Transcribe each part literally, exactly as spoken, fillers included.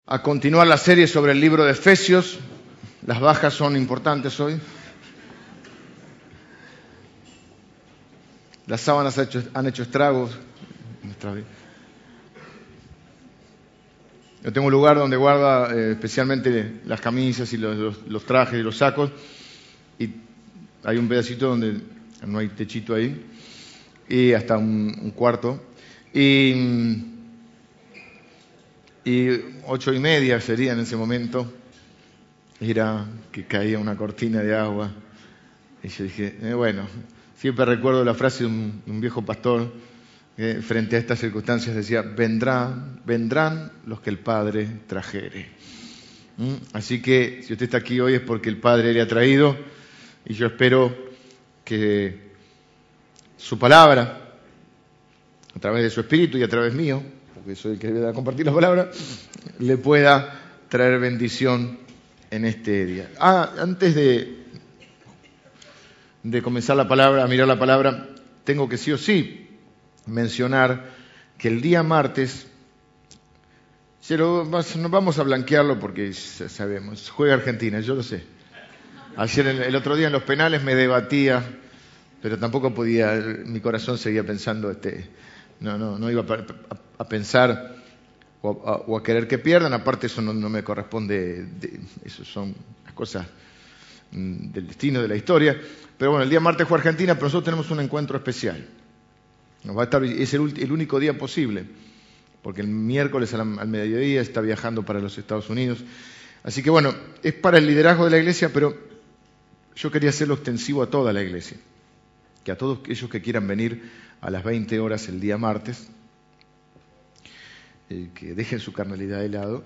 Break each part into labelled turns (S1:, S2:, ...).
S1: A continuar la serie sobre el libro de Efesios. Las bajas son importantes hoy. Las sábanas han hecho, han hecho estragos en nuestra vida. Yo tengo un lugar donde guarda eh, especialmente las camisas y los, los, los trajes y los sacos. Y hay un pedacito donde no hay techito ahí. Y hasta un, un cuarto. Y... Y ocho y media sería en ese momento, era que caía una cortina de agua. Y yo dije, eh, bueno, siempre recuerdo la frase de un, un viejo pastor que frente a estas circunstancias decía, vendrán, vendrán los que el Padre trajere. ¿Mm? Así que si usted está aquí hoy es porque el Padre le ha traído, y yo espero que su palabra, a través de su espíritu y a través mío, porque soy el que debe compartir la palabra, le pueda traer bendición en este día. Ah, antes de, de comenzar la palabra, a mirar la palabra, tengo que sí o sí mencionar que el día martes, lo, no vamos a blanquearlo porque sabemos, juega Argentina, yo lo sé. Ayer, el otro día en los penales me debatía, pero tampoco podía, mi corazón seguía pensando, este, no, no, no iba a, a, a pensar o a, o a querer que pierdan, aparte eso no, no me corresponde, de, eso son las cosas del destino de la historia. Pero bueno, el día martes juega Argentina, pero nosotros tenemos un encuentro especial. Nos va a estar, es el, el único día posible, porque el miércoles al, al mediodía está viajando para los Estados Unidos. Así que bueno, es para el liderazgo de la iglesia, pero yo quería hacerlo extensivo a toda la iglesia. Que a todos aquellos que quieran venir a las veinte horas el día martes, eh, que dejen su carnalidad de lado,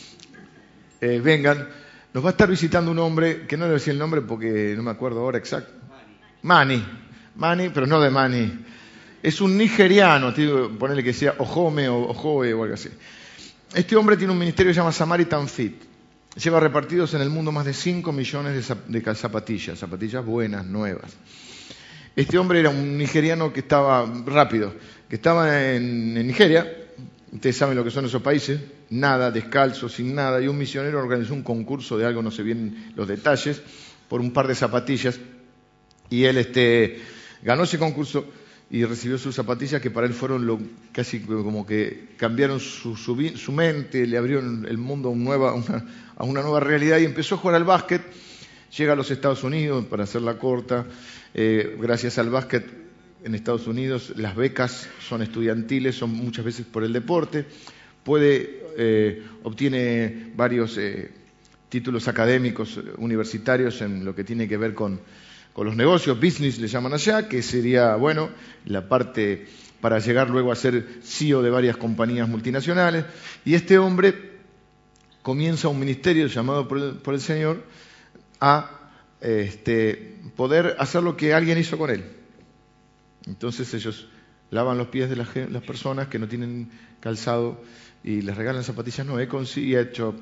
S1: eh, vengan. Nos va a estar visitando un hombre, que no le voy a decir el nombre porque no me acuerdo ahora exacto. Mani. Mani, pero no de Mani. Es un nigeriano, ponerle que sea Ojome o Ojoe o algo así. Este hombre tiene un ministerio que se llama Samaritan Fit. Lleva repartidos en el mundo más de cinco millones de, de zapatillas, zapatillas buenas, nuevas. Este hombre era un nigeriano que estaba, rápido, que estaba en, en Nigeria, ustedes saben lo que son esos países, nada, descalzo, sin nada, y un misionero organizó un concurso de algo, no sé bien los detalles, por un par de zapatillas, y él este, ganó ese concurso y recibió sus zapatillas que para él fueron lo, casi como que cambiaron su, su, su mente, le abrieron el mundo a, un nueva, una, a una nueva realidad y empezó a jugar al básquet, llega a los Estados Unidos, para hacerla corta. Eh, gracias al básquet en Estados Unidos, las becas son estudiantiles, son muchas veces por el deporte, puede, eh, obtiene varios eh, títulos académicos universitarios en lo que tiene que ver con, con los negocios, business le llaman allá, que sería, bueno, la parte para llegar luego a ser C E O de varias compañías multinacionales, y este hombre comienza un ministerio llamado por el, por el Señor a Este, poder hacer lo que alguien hizo con él. Entonces ellos lavan los pies de las, las personas que no tienen calzado y les regalan zapatillas nuevas. Y ha hecho,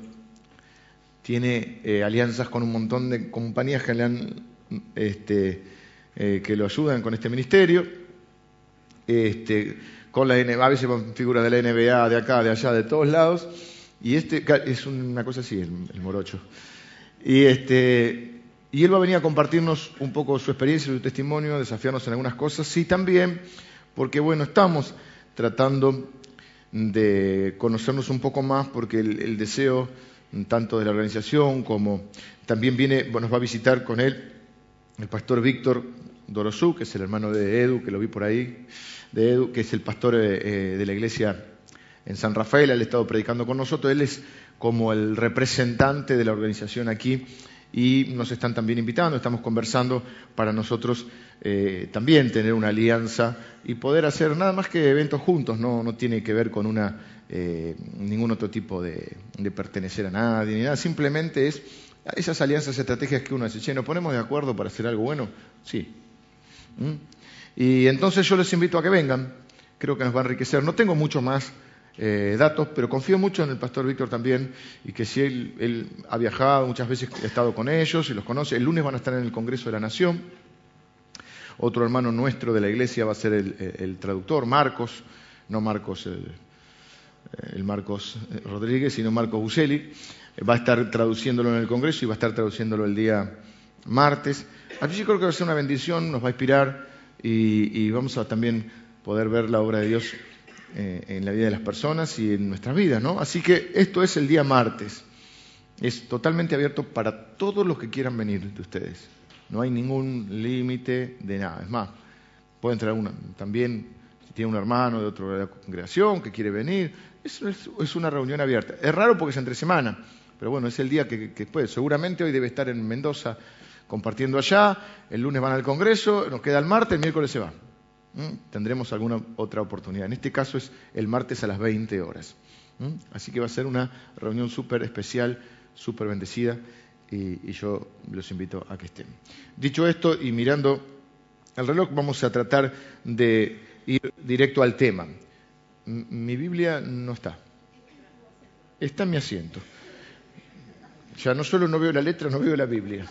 S1: tiene eh, alianzas con un montón de compañías que le han, este, eh, que lo ayudan con este ministerio. Este, con la N B A, a veces con figuras de la N B A, de acá, de allá, de todos lados. Y este es una cosa así, el, el morocho. Y este. Y él va a venir a compartirnos un poco su experiencia, su testimonio, desafiarnos en algunas cosas. Sí, también, porque bueno, estamos tratando de conocernos un poco más, porque el, el deseo, tanto de la organización como también viene, bueno, nos va a visitar con él el pastor Víctor Dorosú, que es el hermano de Edu, que lo vi por ahí, de Edu, que es el pastor eh, de la iglesia en San Rafael. Él ha estado predicando con nosotros, él es como el representante de la organización aquí. Y nos están también invitando, estamos conversando para nosotros eh, también tener una alianza y poder hacer nada más que eventos juntos, no, no tiene que ver con una eh, ningún otro tipo de, de pertenecer a nadie, ni nada, simplemente es esas alianzas estratégicas que uno hace, che, ¿nos ponemos de acuerdo para hacer algo bueno? Sí. ¿Mm? Y entonces yo les invito a que vengan, creo que nos va a enriquecer, no tengo mucho más Eh, datos, pero confío mucho en el pastor Víctor también y que si él, él ha viajado muchas veces, ha estado con ellos y los conoce. El lunes van a estar en el Congreso de la Nación. Otro hermano nuestro de la iglesia va a ser el, el, el traductor, Marcos, no Marcos el, eh, el Marcos Rodríguez, sino Marcos Buselli. Va a estar traduciéndolo en el Congreso y va a estar traduciéndolo el día martes. Así yo creo que va a ser una bendición, nos va a inspirar y, y vamos a también poder ver la obra de Dios eh, en la vida de las personas y en nuestras vidas, ¿no? Así que esto es el día martes. Es totalmente abierto para todos los que quieran venir de ustedes. No hay ningún límite de nada. Es más, puede entrar una, también si tiene un hermano de otra congregación que quiere venir. Es, es, es una reunión abierta. Es raro porque es entre semana. Pero bueno, es el día que, que después, seguramente hoy debe estar en Mendoza compartiendo allá, el lunes van al Congreso, nos queda el martes, el miércoles se va. ¿Mm? Tendremos alguna otra oportunidad. En este caso es el martes a las veinte horas. ¿Mm? Así que va a ser una reunión súper especial, súper bendecida, y, y yo los invito a que estén. Dicho esto, y mirando el reloj, vamos a tratar de ir directo al tema. M- mi Biblia no está. Está en mi asiento. Ya no solo no veo la letra, no veo la Biblia.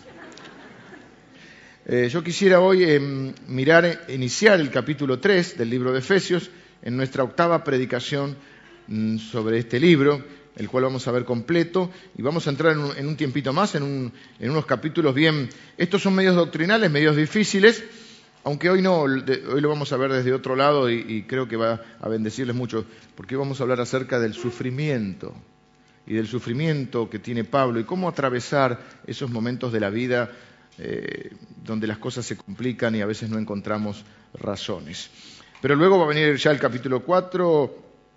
S1: Eh, yo quisiera hoy eh, mirar, iniciar el capítulo tres del libro de Efesios, en nuestra octava predicación mm, sobre este libro, el cual vamos a ver completo, y vamos a entrar en un, en un tiempito más, en, un, en unos capítulos bien... Estos son medios doctrinales, medios difíciles, aunque hoy no, de, hoy lo vamos a ver desde otro lado y, y creo que va a bendecirles mucho, porque hoy vamos a hablar acerca del sufrimiento, y del sufrimiento que tiene Pablo y cómo atravesar esos momentos de la vida eh, donde las cosas se complican y a veces no encontramos razones. Pero luego va a venir ya el capítulo cuatro,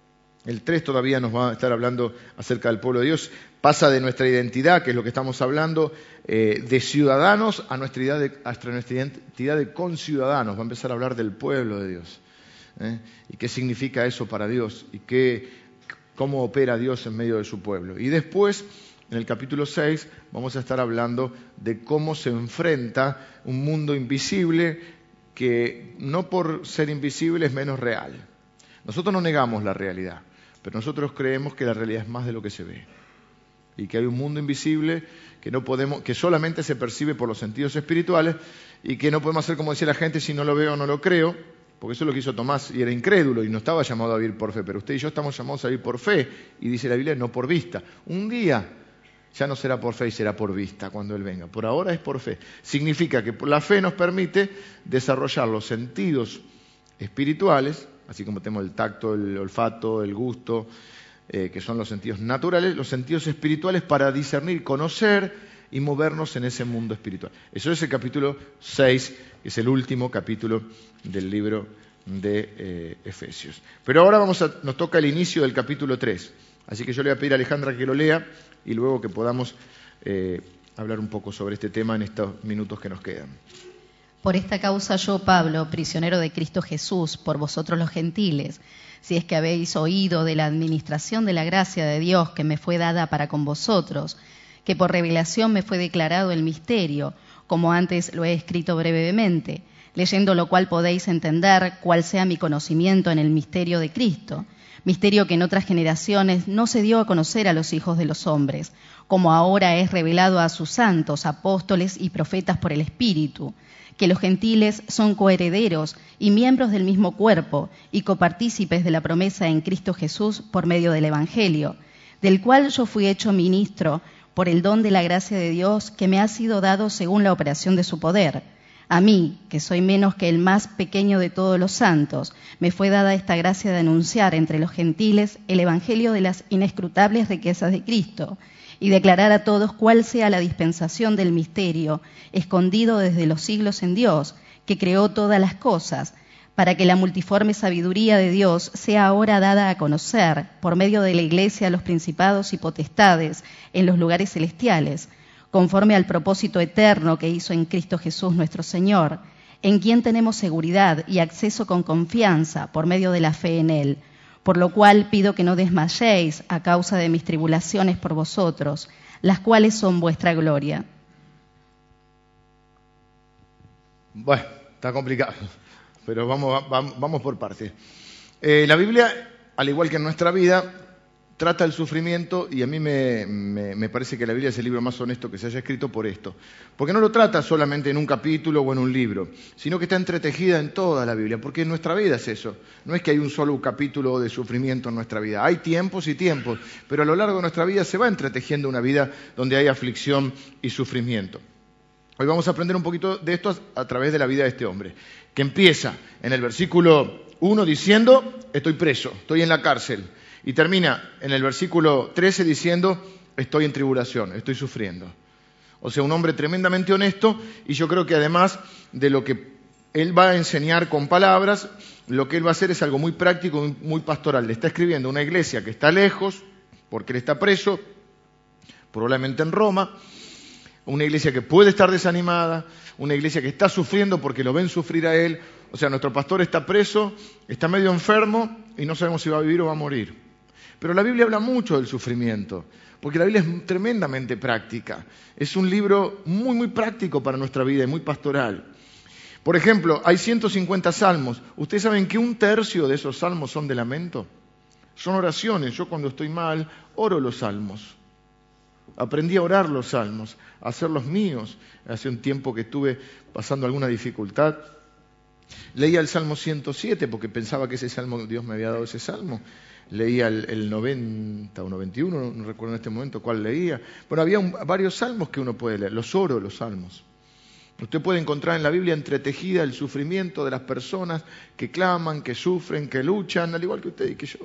S1: el tres todavía nos va a estar hablando acerca del pueblo de Dios. Pasa de nuestra identidad, que es lo que estamos hablando, eh, de ciudadanos a nuestra, identidad de, hasta nuestra identidad de conciudadanos. Va a empezar a hablar del pueblo de Dios. ¿eh? Y qué significa eso para Dios y qué... cómo opera Dios en medio de su pueblo. Y después, en el capítulo seis, vamos a estar hablando de cómo se enfrenta un mundo invisible que no por ser invisible es menos real. Nosotros no negamos la realidad, pero nosotros creemos que la realidad es más de lo que se ve. Y que hay un mundo invisible que no podemos, que solamente se percibe por los sentidos espirituales y que no podemos hacer como decía la gente, si no lo veo no lo creo. Porque eso es lo que hizo Tomás y era incrédulo y no estaba llamado a vivir por fe. Pero usted y yo estamos llamados a vivir por fe. Y dice la Biblia, no por vista. Un día ya no será por fe y será por vista cuando Él venga. Por ahora es por fe. Significa que la fe nos permite desarrollar los sentidos espirituales, así como tenemos el tacto, el olfato, el gusto, eh, que son los sentidos naturales, los sentidos espirituales para discernir, conocer y movernos en ese mundo espiritual. Eso es el capítulo seis, que es el último capítulo del libro de eh, Efesios. Pero ahora vamos a, nos toca el inicio del capítulo tres. Así que yo le voy a pedir a Alejandra que lo lea y luego que podamos eh, hablar un poco sobre este tema en estos minutos que nos quedan.
S2: Por esta causa yo, Pablo, prisionero de Cristo Jesús, por vosotros los gentiles, si es que habéis oído de la administración de la gracia de Dios que me fue dada para con vosotros, que por revelación me fue declarado el misterio, como antes lo he escrito brevemente, leyendo lo cual podéis entender cuál sea mi conocimiento en el misterio de Cristo, misterio que en otras generaciones no se dio a conocer a los hijos de los hombres, como ahora es revelado a sus santos, apóstoles y profetas por el Espíritu, que los gentiles son coherederos y miembros del mismo cuerpo y copartícipes de la promesa en Cristo Jesús por medio del Evangelio, del cual yo fui hecho ministro por el don de la gracia de Dios que me ha sido dado según la operación de su poder. A mí, que soy menos que el más pequeño de todos los santos, me fue dada esta gracia de anunciar entre los gentiles el evangelio de las inescrutables riquezas de Cristo y declarar a todos cuál sea la dispensación del misterio escondido desde los siglos en Dios, que creó todas las cosas, para que la multiforme sabiduría de Dios sea ahora dada a conocer por medio de la Iglesia a los principados y potestades en los lugares celestiales, conforme al propósito eterno que hizo en Cristo Jesús nuestro Señor, en quien tenemos seguridad y acceso con confianza por medio de la fe en Él, por lo cual pido que no desmayéis a causa de mis tribulaciones por vosotros, las cuales son vuestra gloria.
S1: Bueno, está complicado. Pero vamos, vamos por partes. Eh, la Biblia, al igual que en nuestra vida, trata el sufrimiento y a mí me, me, me parece que la Biblia es el libro más honesto que se haya escrito por esto. Porque no lo trata solamente en un capítulo o en un libro, sino que está entretejida en toda la Biblia, porque en nuestra vida es eso. No es que hay un solo capítulo de sufrimiento en nuestra vida. Hay tiempos y tiempos, pero a lo largo de nuestra vida se va entretejiendo una vida donde hay aflicción y sufrimiento. Hoy vamos a aprender un poquito de esto a, a través de la vida de este hombre, que empieza en el versículo uno diciendo, estoy preso, estoy en la cárcel. Y termina en el versículo trece diciendo, estoy en tribulación, estoy sufriendo. O sea, un hombre tremendamente honesto, y yo creo que además de lo que él va a enseñar con palabras, lo que él va a hacer es algo muy práctico, muy pastoral. Le está escribiendo a una iglesia que está lejos, porque él está preso, probablemente en Roma, una iglesia que puede estar desanimada, una iglesia que está sufriendo porque lo ven sufrir a él. O sea, nuestro pastor está preso, está medio enfermo y no sabemos si va a vivir o va a morir. Pero la Biblia habla mucho del sufrimiento, porque la Biblia es tremendamente práctica. Es un libro muy, muy práctico para nuestra vida y muy pastoral. Por ejemplo, hay ciento cincuenta salmos. ¿Ustedes saben que un tercio de esos salmos son de lamento? Son oraciones. Yo cuando estoy mal, oro los salmos. Aprendí a orar los salmos, a hacerlos míos. Hace un tiempo que estuve pasando alguna dificultad. Leía el Salmo ciento siete porque pensaba que ese salmo, Dios me había dado ese salmo. Leía el, el noventa o noventa y uno, no recuerdo en este momento cuál leía. Pero había un, varios salmos que uno puede leer, los oro, los salmos. Usted puede encontrar en la Biblia entretejida el sufrimiento de las personas que claman, que sufren, que luchan, al igual que usted y que yo.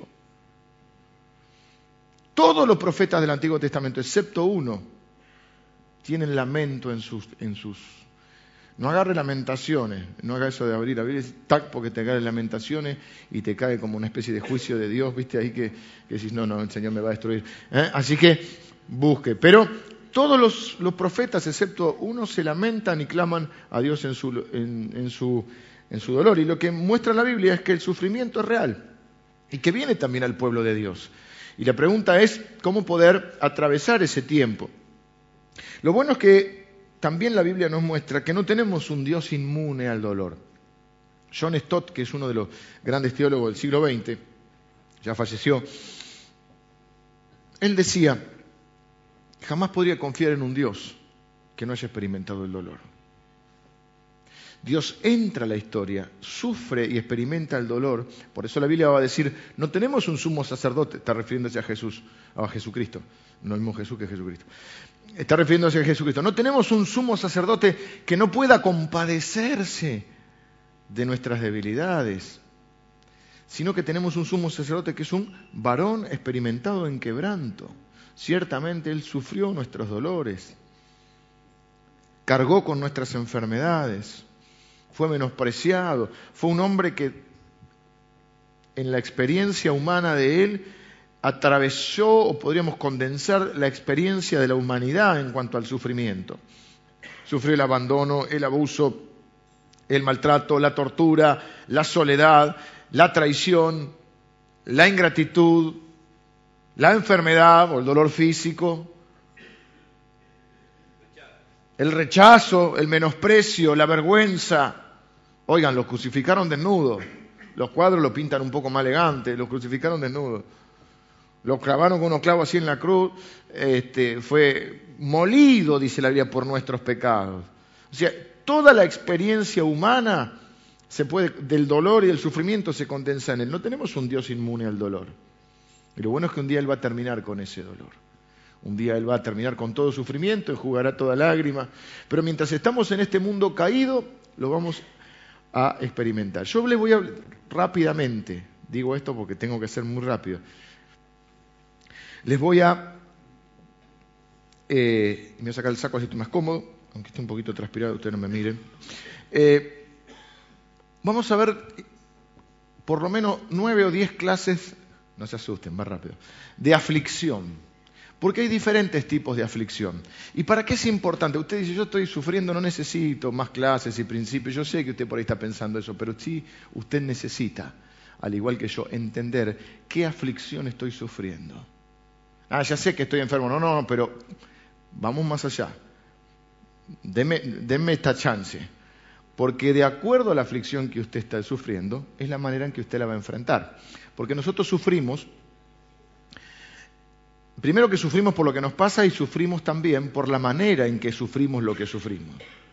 S1: Todos los profetas del Antiguo Testamento, excepto uno, tienen lamento en sus... En sus No agarre Lamentaciones, no haga eso de abrir la Biblia, tac, porque te cae Lamentaciones y te cae como una especie de juicio de Dios, viste ahí que, que decís, no, no, el Señor me va a destruir. ¿Eh? Así que busque. Pero todos los, los profetas, excepto uno, se lamentan y claman a Dios en su, en, en, su, en su dolor. Y lo que muestra la Biblia es que el sufrimiento es real y que viene también al pueblo de Dios. Y la pregunta es, ¿cómo poder atravesar ese tiempo? Lo bueno es que también la Biblia nos muestra que no tenemos un Dios inmune al dolor. John Stott, que es uno de los grandes teólogos del siglo veinte, ya falleció, él decía, jamás podría confiar en un Dios que no haya experimentado el dolor. Dios entra a la historia, sufre y experimenta el dolor. Por eso la Biblia va a decir, no tenemos un sumo sacerdote, está refiriéndose a Jesús, a Jesucristo, no el mismo Jesús que Jesucristo. Está refiriéndose a Jesucristo. No tenemos un sumo sacerdote que no pueda compadecerse de nuestras debilidades, sino que tenemos un sumo sacerdote que es un varón experimentado en quebranto. Ciertamente Él sufrió nuestros dolores, cargó con nuestras enfermedades, fue menospreciado, fue un hombre que en la experiencia humana de Él atravesó, o podríamos condensar, la experiencia de la humanidad en cuanto al sufrimiento. Sufrió el abandono, el abuso, el maltrato, la tortura, la soledad, la traición, la ingratitud, la enfermedad o el dolor físico, el rechazo, el menosprecio, la vergüenza. Oigan, los crucificaron desnudos. Los cuadros lo pintan un poco más elegante, los crucificaron desnudos. Lo clavaron con unos clavos así en la cruz, este, fue molido, dice la Biblia, por nuestros pecados. O sea, toda la experiencia humana se puede, del dolor y del sufrimiento se condensa en Él. No tenemos un Dios inmune al dolor. Y lo bueno es que un día Él va a terminar con ese dolor. Un día Él va a terminar con todo sufrimiento, enjugará toda lágrima. Pero mientras estamos en este mundo caído, lo vamos a experimentar. Yo les voy a rápidamente, digo esto porque tengo que ser muy rápido. Les voy a... Eh, me voy a sacar el saco así estoy más cómodo, aunque esté un poquito transpirado, ustedes no me miren. Eh, vamos a ver por lo menos nueve o diez clases, no se asusten, más rápido, de aflicción. Porque hay diferentes tipos de aflicción. ¿Y para qué es importante? Usted dice, yo estoy sufriendo, no necesito más clases y principios. Yo sé que usted por ahí está pensando eso, pero sí, usted necesita, al igual que yo, entender qué aflicción estoy sufriendo. Ah, ya sé que estoy enfermo. No, no, no, pero vamos más allá. Deme, deme esta chance. Porque de acuerdo a la aflicción que usted está sufriendo, es la manera en que usted la va a enfrentar. Porque nosotros sufrimos Primero que sufrimos por lo que nos pasa y sufrimos también por la manera en que sufrimos lo que sufrimos.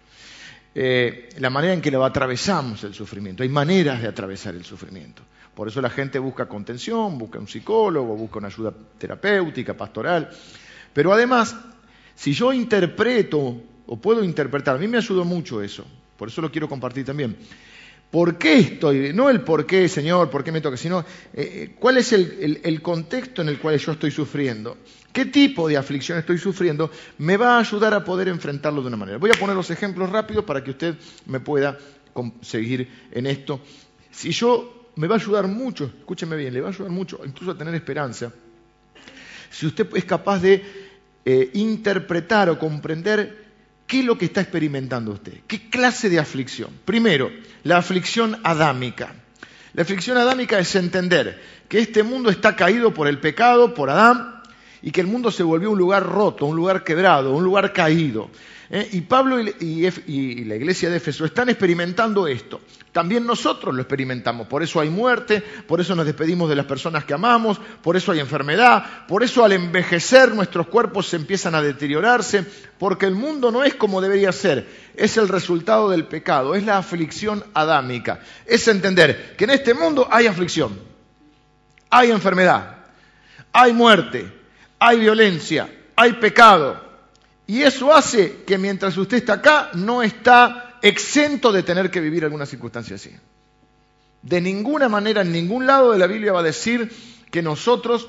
S1: Eh, la manera en que lo atravesamos el sufrimiento. Hay maneras de atravesar el sufrimiento. Por eso la gente busca contención, busca un psicólogo, busca una ayuda terapéutica, pastoral. Pero además, si yo interpreto o puedo interpretar, a mí me ayudó mucho eso, por eso lo quiero compartir también. ¿Por qué estoy? No el por qué, Señor, por qué me toca, sino eh, cuál es el, el, el contexto en el cual yo estoy sufriendo. ¿Qué tipo de aflicción estoy sufriendo? Me va a ayudar a poder enfrentarlo de una manera. Voy a poner los ejemplos rápidos para que usted me pueda seguir en esto. Si yo, me va a ayudar mucho, escúcheme bien, le va a ayudar mucho, incluso a tener esperanza. Si usted es capaz de eh, interpretar o comprender qué es lo que está experimentando usted, qué clase de aflicción. Primero, la aflicción adámica. La aflicción adámica es entender que este mundo está caído por el pecado, por Adán, y que el mundo se volvió un lugar roto, un lugar quebrado, un lugar caído. ¿Eh? Y Pablo y, y, y la iglesia de Éfeso están experimentando esto. También nosotros lo experimentamos. Por eso hay muerte, por eso nos despedimos de las personas que amamos, por eso hay enfermedad, por eso al envejecer nuestros cuerpos se empiezan a deteriorarse, porque el mundo no es como debería ser. Es el resultado del pecado, es la aflicción adámica. Es entender que en este mundo hay aflicción, hay enfermedad, hay muerte, hay violencia, hay pecado. Y eso hace que mientras usted está acá, no está exento de tener que vivir alguna circunstancia así. De ninguna manera, en ningún lado de la Biblia va a decir que nosotros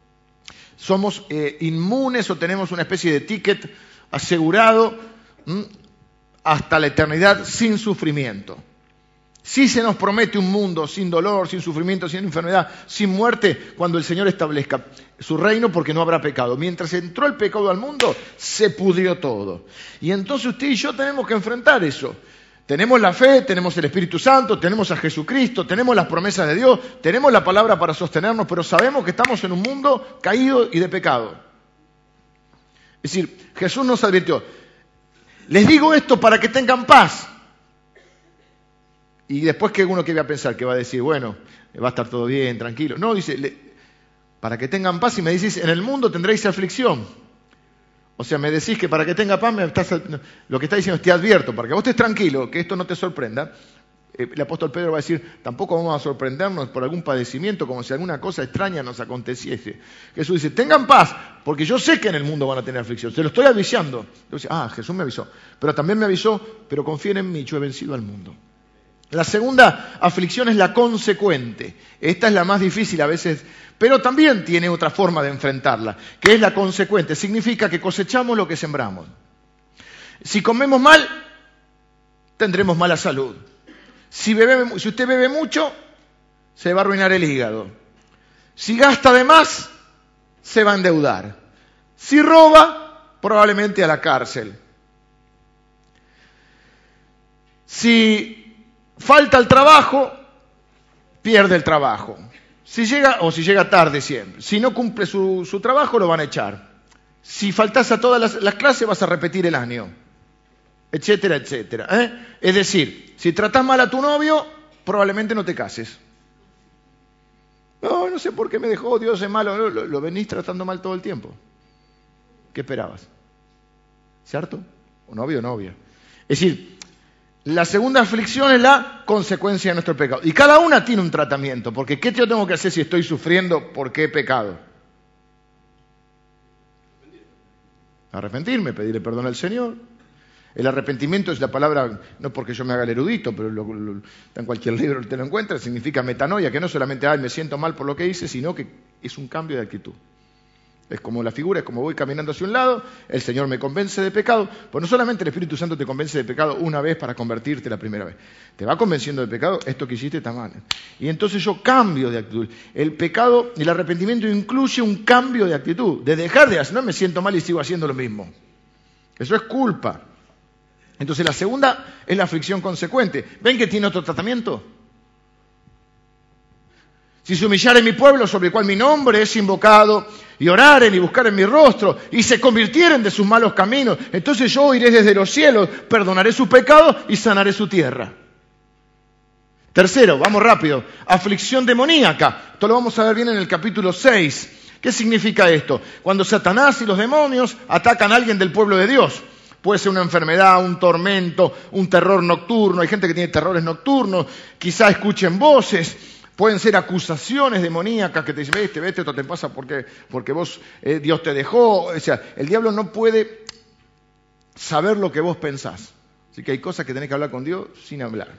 S1: somos eh, inmunes o tenemos una especie de ticket asegurado ¿m? hasta la eternidad sin sufrimiento. Sí se nos promete un mundo sin dolor, sin sufrimiento, sin enfermedad, sin muerte, cuando el Señor establezca su reino, porque no habrá pecado. Mientras entró el pecado al mundo, se pudrió todo. Y entonces usted y yo tenemos que enfrentar eso. Tenemos la fe, tenemos el Espíritu Santo, tenemos a Jesucristo, tenemos las promesas de Dios, tenemos la palabra para sostenernos, pero sabemos que estamos en un mundo caído y de pecado. Es decir, Jesús nos advirtió, les digo esto para que tengan paz. Y después que uno que va a pensar, que va a decir, bueno, va a estar todo bien, tranquilo. No, dice, le, para que tengan paz, y me decís, en el mundo tendréis aflicción. O sea, me decís que para que tenga paz, me estás, lo que está diciendo es, te advierto, para que vos estés tranquilo, que esto no te sorprenda. El apóstol Pedro va a decir, tampoco vamos a sorprendernos por algún padecimiento, como si alguna cosa extraña nos aconteciese. Jesús dice, tengan paz, porque yo sé que en el mundo van a tener aflicción, se lo estoy avisando. Entonces, ah, Jesús me avisó, pero también me avisó, pero confíen en mí, yo he vencido al mundo. La segunda aflicción es la consecuente. Esta es la más difícil a veces, pero también tiene otra forma de enfrentarla, que es la consecuente. Significa que cosechamos lo que sembramos. Si comemos mal, tendremos mala salud. Si, bebe, si usted bebe mucho, se va a arruinar el hígado. Si gasta de más, se va a endeudar. Si roba, probablemente a la cárcel. Si falta el trabajo, pierde el trabajo. Si llega, o si llega tarde siempre. Si no cumple su, su trabajo, lo van a echar. Si faltas a todas las, las clases, vas a repetir el año. Etcétera, etcétera. ¿eh? Es decir, si tratás mal a tu novio, probablemente no te cases. No, no sé por qué me dejó, Dios es malo. Lo, lo, lo venís tratando mal todo el tiempo. ¿Qué esperabas? ¿Cierto? O novio o novia. Es decir, la segunda aflicción es la consecuencia de nuestro pecado. Y cada una tiene un tratamiento, porque ¿qué yo tengo que hacer si estoy sufriendo porque he pecado? Arrepentirme, pedirle perdón al Señor. El arrepentimiento es la palabra, no porque yo me haga el erudito, pero lo, lo, en cualquier libro te lo encuentras, significa metanoia, que no solamente, ay, me siento mal por lo que hice, sino que es un cambio de actitud. Es como la figura, es como voy caminando hacia un lado, el Señor me convence de pecado, pues no solamente el Espíritu Santo te convence de pecado una vez para convertirte la primera vez, te va convenciendo de pecado, esto que hiciste está mal. Y entonces yo cambio de actitud. El pecado, el arrepentimiento incluye un cambio de actitud, de dejar de hacer, no me siento mal y sigo haciendo lo mismo. Eso es culpa. Entonces la segunda es la aflicción consecuente. ¿Ven que tiene otro tratamiento? Si se humillare mi pueblo sobre el cual mi nombre es invocado, y oraren y buscaren mi rostro, y se convirtieren de sus malos caminos, entonces yo iré desde los cielos, perdonaré sus pecados y sanaré su tierra. Tercero, vamos rápido, aflicción demoníaca. Esto lo vamos a ver bien en el capítulo seis. ¿Qué significa esto? Cuando Satanás y los demonios atacan a alguien del pueblo de Dios. Puede ser una enfermedad, un tormento, un terror nocturno. Hay gente que tiene terrores nocturnos. Quizá escuchen voces. Pueden ser acusaciones demoníacas que te dicen, vete, vete, esto te pasa porque, porque vos, eh, Dios te dejó. O sea, el diablo no puede saber lo que vos pensás. Así que hay cosas que tenés que hablar con Dios sin hablar.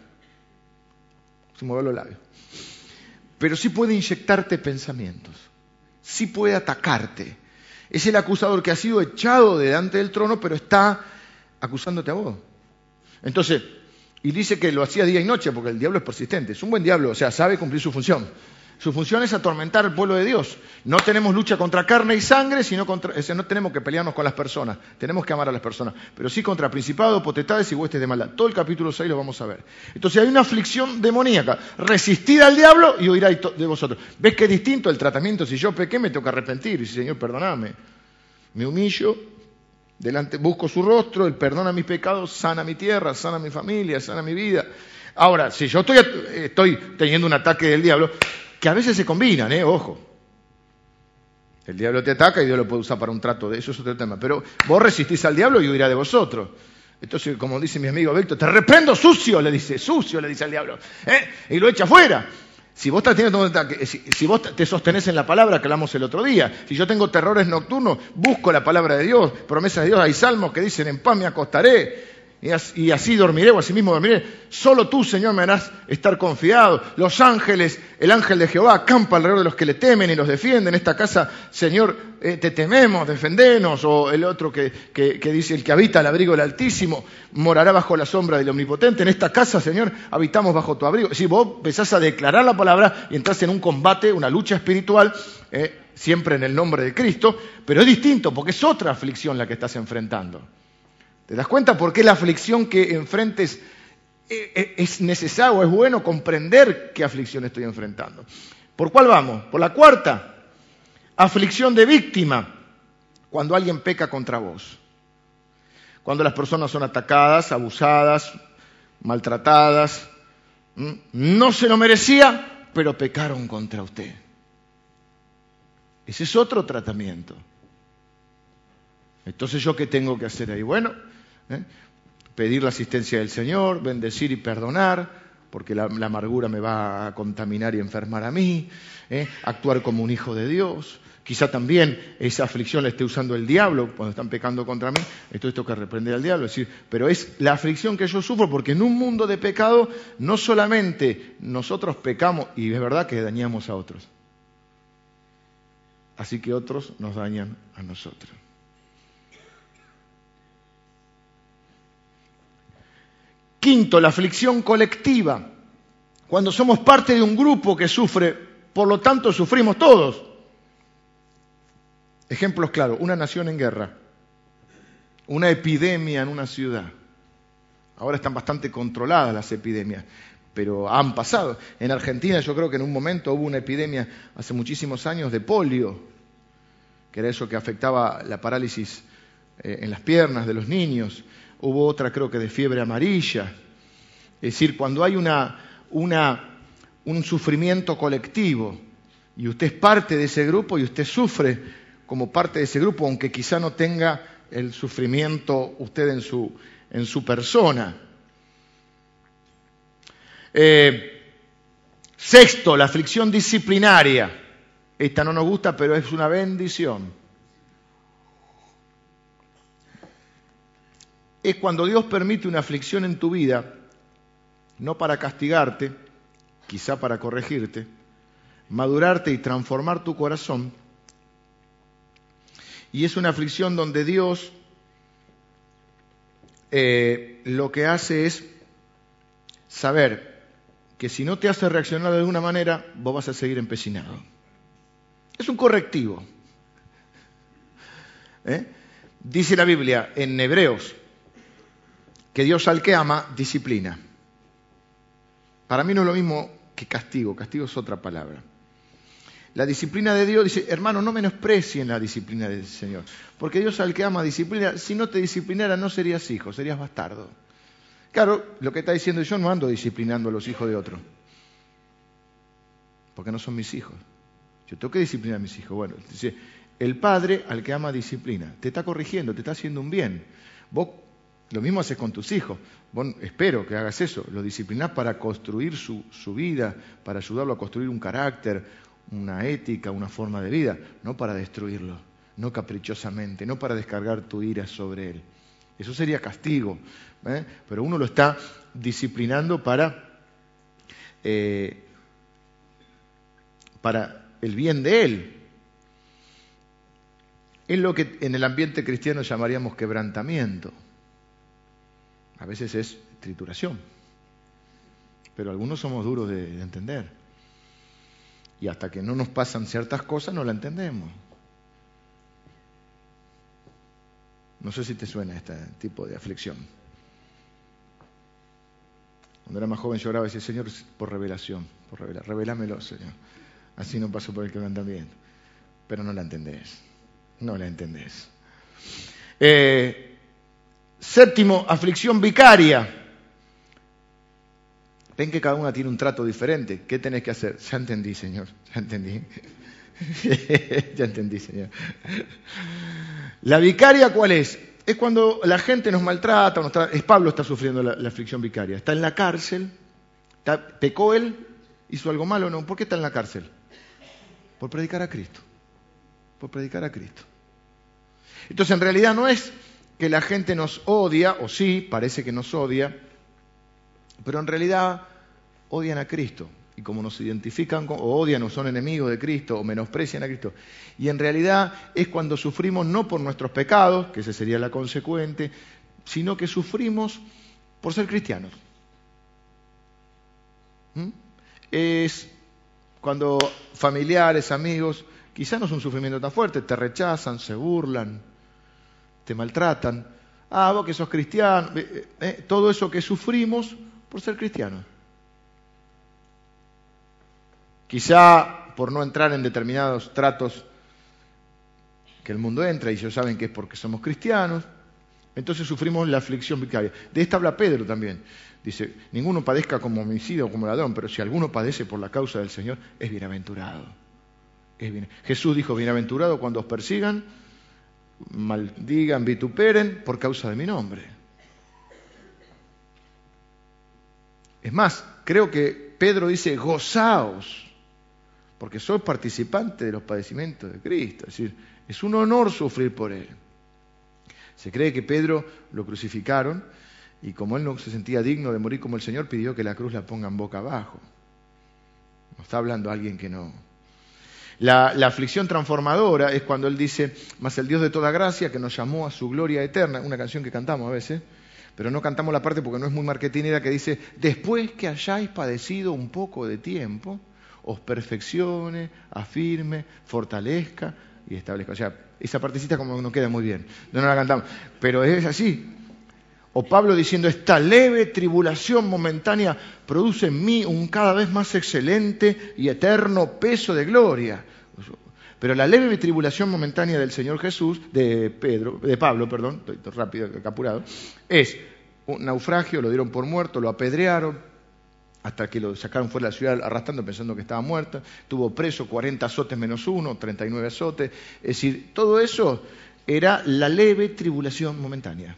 S1: Sin mover los labios. Pero sí puede inyectarte pensamientos. Sí puede atacarte. Es el acusador que ha sido echado delante del trono, pero está acusándote a vos. Entonces, y dice que lo hacía día y noche, porque el diablo es persistente. Es un buen diablo, o sea, sabe cumplir su función. Su función es atormentar al pueblo de Dios. No tenemos lucha contra carne y sangre, sino contra, o sea, no tenemos que pelearnos con las personas. Tenemos que amar a las personas. Pero sí contra principados, potestades y huestes de maldad. Todo el capítulo seis lo vamos a ver. Entonces hay una aflicción demoníaca. Resistid al diablo y huirá de vosotros. ¿Ves que es distinto el tratamiento? Si yo pequé, me tengo que arrepentir. Y si, Señor, perdoname. Me humillo, delante, busco su rostro, Él perdona mis pecados, sana mi tierra, sana mi familia, sana mi vida. Ahora, si yo estoy, estoy teniendo un ataque del diablo, que a veces se combinan, ¿eh? Ojo. El diablo te ataca y Dios lo puede usar para un trato, de eso es otro tema. Pero vos resistís al diablo y huirá de vosotros. Entonces, como dice mi amigo Víctor, te reprendo sucio, le dice, sucio, le dice al diablo. ¿eh? Y lo echa fuera. Si vos estás teniendo un ataque, si, si vos te sostenés en la palabra que hablamos el otro día, si yo tengo terrores nocturnos, busco la palabra de Dios, promesas de Dios, hay salmos que dicen, en paz me acostaré, y así, y así dormiré, o así mismo dormiré. Solo tú, Señor, me harás estar confiado. Los ángeles, el ángel de Jehová acampa alrededor de los que le temen y los defiende. En esta casa, Señor, eh, te tememos, defendenos. O el otro que, que, que dice, el que habita al abrigo del Altísimo morará bajo la sombra del Omnipotente. En esta casa, Señor, habitamos bajo tu abrigo. Si vos empezás a declarar la palabra y entras en un combate, una lucha espiritual, eh, siempre en el nombre de Cristo, pero es distinto porque es otra aflicción la que estás enfrentando. ¿Te das cuenta por qué la aflicción que enfrentes es necesario, es bueno comprender qué aflicción estoy enfrentando? ¿Por cuál vamos? Por la cuarta. Aflicción de víctima. Cuando alguien peca contra vos. Cuando las personas son atacadas, abusadas, maltratadas. No se lo merecía, pero pecaron contra usted. Ese es otro tratamiento. Entonces, ¿yo qué tengo que hacer ahí? Bueno, ¿eh? pedir la asistencia del Señor, bendecir y perdonar, porque la, la amargura me va a contaminar y enfermar a mí, ¿eh? actuar como un hijo de Dios. Quizá también esa aflicción la esté usando el diablo cuando están pecando contra mí, entonces tengo que reprender al diablo, es decir, pero es la aflicción que yo sufro, porque en un mundo de pecado no solamente nosotros pecamos, y es verdad que dañamos a otros, así que otros nos dañan a nosotros. Quinto, la aflicción colectiva. Cuando somos parte de un grupo que sufre, por lo tanto sufrimos todos. Ejemplos claros, una nación en guerra, una epidemia en una ciudad. Ahora están bastante controladas las epidemias, pero han pasado. En Argentina yo creo que en un momento hubo una epidemia hace muchísimos años de polio, que era eso que afectaba la parálisis eh, en las piernas de los niños. Hubo otra, creo que de fiebre amarilla. Es decir, cuando hay una, una, un sufrimiento colectivo y usted es parte de ese grupo y usted sufre como parte de ese grupo, aunque quizá no tenga el sufrimiento usted en su, en su persona. Eh, sexto, la aflicción disciplinaria. Esta no nos gusta, pero es una bendición. Es cuando Dios permite una aflicción en tu vida, no para castigarte, quizá para corregirte, madurarte y transformar tu corazón. Y es una aflicción donde Dios eh, lo que hace es saber que si no te hace reaccionar de alguna manera, vos vas a seguir empecinado. Es un correctivo. ¿Eh? Dice la Biblia en Hebreos, que Dios al que ama, disciplina. Para mí no es lo mismo que castigo, castigo es otra palabra. La disciplina de Dios dice, hermano, no menosprecien la disciplina del Señor, porque Dios al que ama disciplina, si no te disciplinara no serías hijo, serías bastardo. Claro, lo que está diciendo, yo no ando disciplinando a los hijos de otros, porque no son mis hijos. Yo Yo tengo que disciplinar a mis hijos. Bueno, dice, el padre al que ama disciplina. Te está corrigiendo, te está haciendo un bien. Vos lo mismo haces con tus hijos. Vos, espero que hagas eso. Lo disciplinás para construir su, su vida, para ayudarlo a construir un carácter, una ética, una forma de vida. No para destruirlo, no caprichosamente, no para descargar tu ira sobre él. Eso sería castigo. ¿eh? Pero uno lo está disciplinando para, eh, para el bien de él. Es lo que en el ambiente cristiano llamaríamos quebrantamiento. A veces es trituración. Pero algunos somos duros de, de entender. Y hasta que no nos pasan ciertas cosas no la entendemos. No sé si te suena este tipo de aflicción. Cuando era más joven lloraba y decía, Señor, por revelación, por revelar, revelámelo, Señor. Así no paso por el quebrantamiento. Pero no la entendés. No la entendés. Eh, séptimo, aflicción vicaria. Ven que cada una tiene un trato diferente. ¿Qué tenés que hacer? Ya entendí, Señor. Ya entendí. Ya entendí, Señor. La vicaria, ¿cuál es? Es cuando la gente nos maltrata. Nos tra... es Pablo está sufriendo la, la aflicción vicaria. Está en la cárcel. Está... ¿Pecó él? ¿Hizo algo malo o no? ¿Por qué está en la cárcel? Por predicar a Cristo. Por predicar a Cristo. Entonces, en realidad no es que la gente nos odia, o sí, parece que nos odia, pero en realidad odian a Cristo. Y como nos identifican, con, o odian o son enemigos de Cristo, o menosprecian a Cristo. Y en realidad es cuando sufrimos no por nuestros pecados, que esa sería la consecuente, sino que sufrimos por ser cristianos. ¿Mm? Es cuando familiares, amigos, quizás no es un sufrimiento tan fuerte, te rechazan, se burlan, te maltratan. Ah, vos que sos cristiano, eh, eh, todo eso que sufrimos por ser cristianos. Quizá por no entrar en determinados tratos que el mundo entra, y ellos saben que es porque somos cristianos, entonces sufrimos la aflicción vicaria. De esta habla Pedro también. Dice, ninguno padezca como homicida o como ladrón, pero si alguno padece por la causa del Señor, es bienaventurado. Es bien. Jesús dijo, bienaventurado cuando os persigan, maldigan, vituperen por causa de mi nombre. Es más, creo que Pedro dice, gozaos, porque sois participantes de los padecimientos de Cristo. Es decir, es un honor sufrir por Él. Se cree que Pedro lo crucificaron y como él no se sentía digno de morir como el Señor, pidió que la cruz la pongan boca abajo. No está hablando alguien que no... La, la aflicción transformadora es cuando él dice, mas el Dios de toda gracia que nos llamó a su gloria eterna, una canción que cantamos a veces, pero no cantamos la parte porque no es muy marketinera, que dice, después que hayáis padecido un poco de tiempo, os perfeccione, afirme, fortalezca y establezca. O sea, esa partecita como no queda muy bien, no, no la cantamos, pero es así. O Pablo diciendo, esta leve tribulación momentánea produce en mí un cada vez más excelente y eterno peso de gloria. Pero la leve tribulación momentánea del Señor Jesús, de Pedro, de Pablo, perdón, estoy rápido, apurado, es un naufragio, lo dieron por muerto, lo apedrearon, hasta que lo sacaron fuera de la ciudad arrastrando pensando que estaba muerto, tuvo preso cuarenta azotes menos uno, treinta y nueve azotes, es decir, todo eso era la leve tribulación momentánea.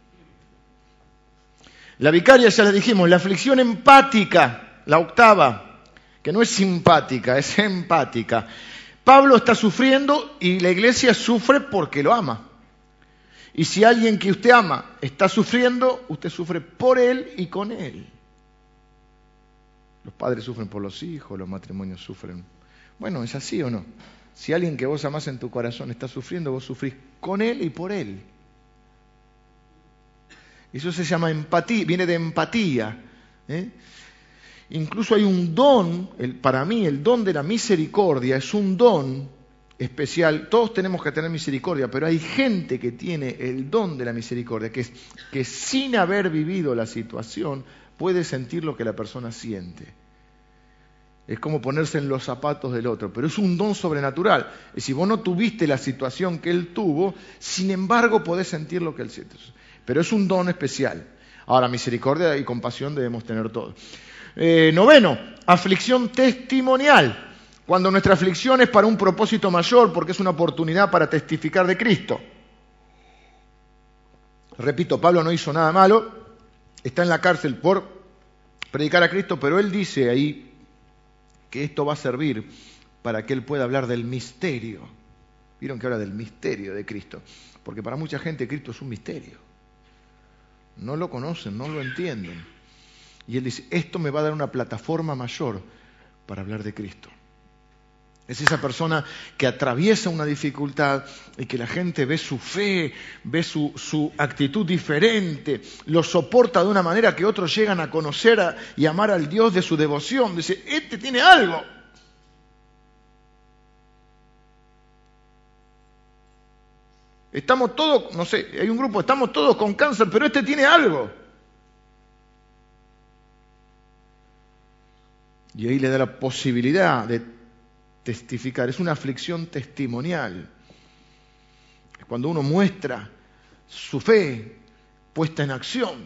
S1: La vicaria, ya le dijimos, la aflicción empática, la octava, que no es simpática, es empática. Pablo está sufriendo y la iglesia sufre porque lo ama. Y si alguien que usted ama está sufriendo, usted sufre por él y con él. Los padres sufren por los hijos, los matrimonios sufren. Bueno, ¿es así o no? Si alguien que vos amás en tu corazón está sufriendo, vos sufrís con él y por él. Eso se llama empatía, viene de empatía. ¿eh? Incluso hay un don, el, para mí el don de la misericordia es un don especial. Todos tenemos que tener misericordia, pero hay gente que tiene el don de la misericordia, que, es, que sin haber vivido la situación puede sentir lo que la persona siente. Es como ponerse en los zapatos del otro, pero es un don sobrenatural. Es decir, vos no tuviste la situación que él tuvo, sin embargo podés sentir lo que él siente. Pero es un don especial. Ahora, misericordia y compasión debemos tener todos. Eh, noveno, aflicción testimonial. Cuando nuestra aflicción es para un propósito mayor, porque es una oportunidad para testificar de Cristo. Repito, Pablo no hizo nada malo, está en la cárcel por predicar a Cristo, pero él dice ahí que esto va a servir para que él pueda hablar del misterio. Vieron que habla del misterio de Cristo, porque para mucha gente Cristo es un misterio. No lo conocen, no lo entienden. Y él dice, esto me va a dar una plataforma mayor para hablar de Cristo. Es esa persona que atraviesa una dificultad y que la gente ve su fe, ve su, su actitud diferente, lo soporta de una manera que otros llegan a conocer a, y amar al Dios de su devoción. Dice, este tiene algo. Estamos todos, no sé, hay un grupo, estamos todos con cáncer, pero este tiene algo. Y ahí le da la posibilidad de testificar, es una aflicción testimonial. Es cuando uno muestra su fe puesta en acción.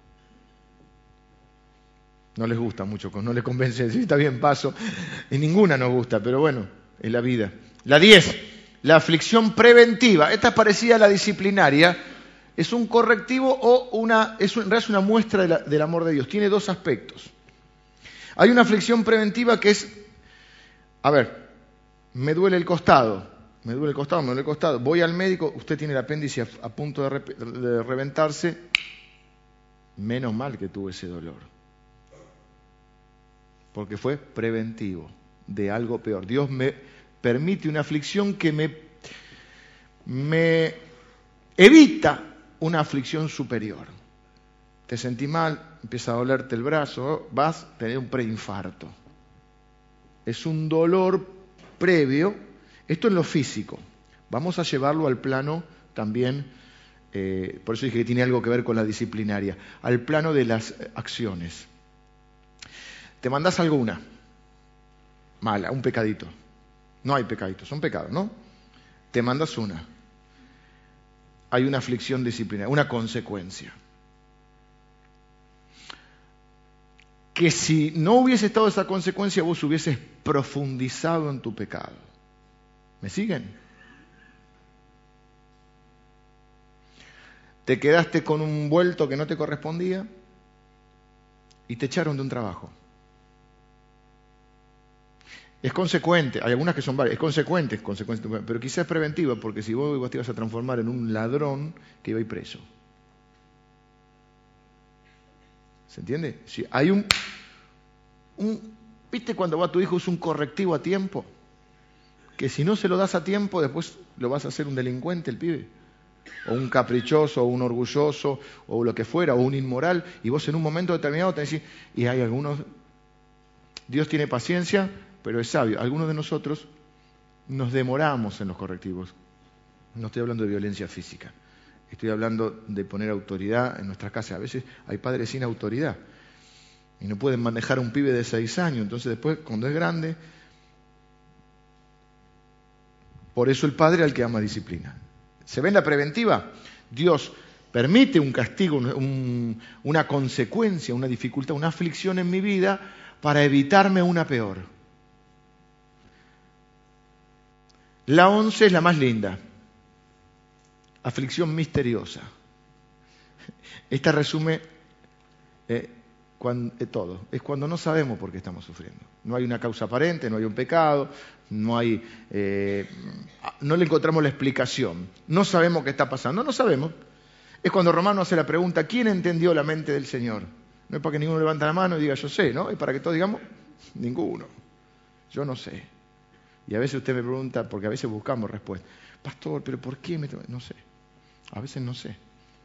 S1: No les gusta mucho, no les convence, si está bien paso, y ninguna nos gusta, pero bueno, es la vida. La diez, la aflicción preventiva. Esta es parecida a la disciplinaria, es un correctivo o una, es, un, es una muestra de la, del amor de Dios. Tiene dos aspectos. Hay una aflicción preventiva que es, a ver, me duele el costado, me duele el costado, me duele el costado. Voy al médico, usted tiene el apéndice a, a punto de, re, de reventarse. Menos mal que tuve ese dolor. Porque fue preventivo de algo peor. Dios me permite una aflicción que me, me evita una aflicción superior. Te sentí mal, empieza a dolerte el brazo, vas a tener un preinfarto. Es un dolor previo, esto en lo físico, vamos a llevarlo al plano también, eh, por eso dije que tiene algo que ver con la disciplinaria, al plano de las acciones. Te mandás alguna, mala, un pecadito, no hay pecaditos, son pecados, ¿no? Te mandas una, hay una aflicción disciplinaria, una consecuencia. Que si no hubiese estado esa consecuencia, vos hubieses profundizado en tu pecado. ¿Me siguen? Te quedaste con un vuelto que no te correspondía y te echaron de un trabajo. Es consecuente, hay algunas que son varias, es consecuente, es consecuente, pero quizás es preventiva, porque si vos, vos te ibas a transformar en un ladrón que iba a ir preso. ¿Se entiende? Si hay un, un, ¿viste cuando va tu hijo es un correctivo a tiempo? Que si no se lo das a tiempo, después lo vas a hacer un delincuente el pibe. O un caprichoso, o un orgulloso, o lo que fuera, o un inmoral, y vos en un momento determinado te decís, y hay algunos, Dios tiene paciencia, pero es sabio. Algunos de nosotros nos demoramos en los correctivos. No estoy hablando de violencia física. Estoy hablando de poner autoridad en nuestras casas. A veces hay padres sin autoridad y no pueden manejar a un pibe de seis años. Entonces después, cuando es grande, por eso el padre al que ama disciplina. ¿Se ve en la preventiva? Dios permite un castigo, un, una consecuencia, una dificultad, una aflicción en mi vida para evitarme una peor. La once es la más linda. Aflicción misteriosa. Esta resume eh, cuando, eh, todo. Es cuando no sabemos por qué estamos sufriendo. No hay una causa aparente, no hay un pecado, no hay, eh, no le encontramos la explicación. No sabemos qué está pasando. No, no sabemos. Es cuando Romano hace la pregunta, ¿quién entendió la mente del Señor? No es para que ninguno levante la mano y diga yo sé, ¿no? Es para que todos digamos, ninguno. Yo no sé. Y a veces usted me pregunta, porque a veces buscamos respuestas. Pastor, ¿pero por qué me...? No sé. A veces no sé.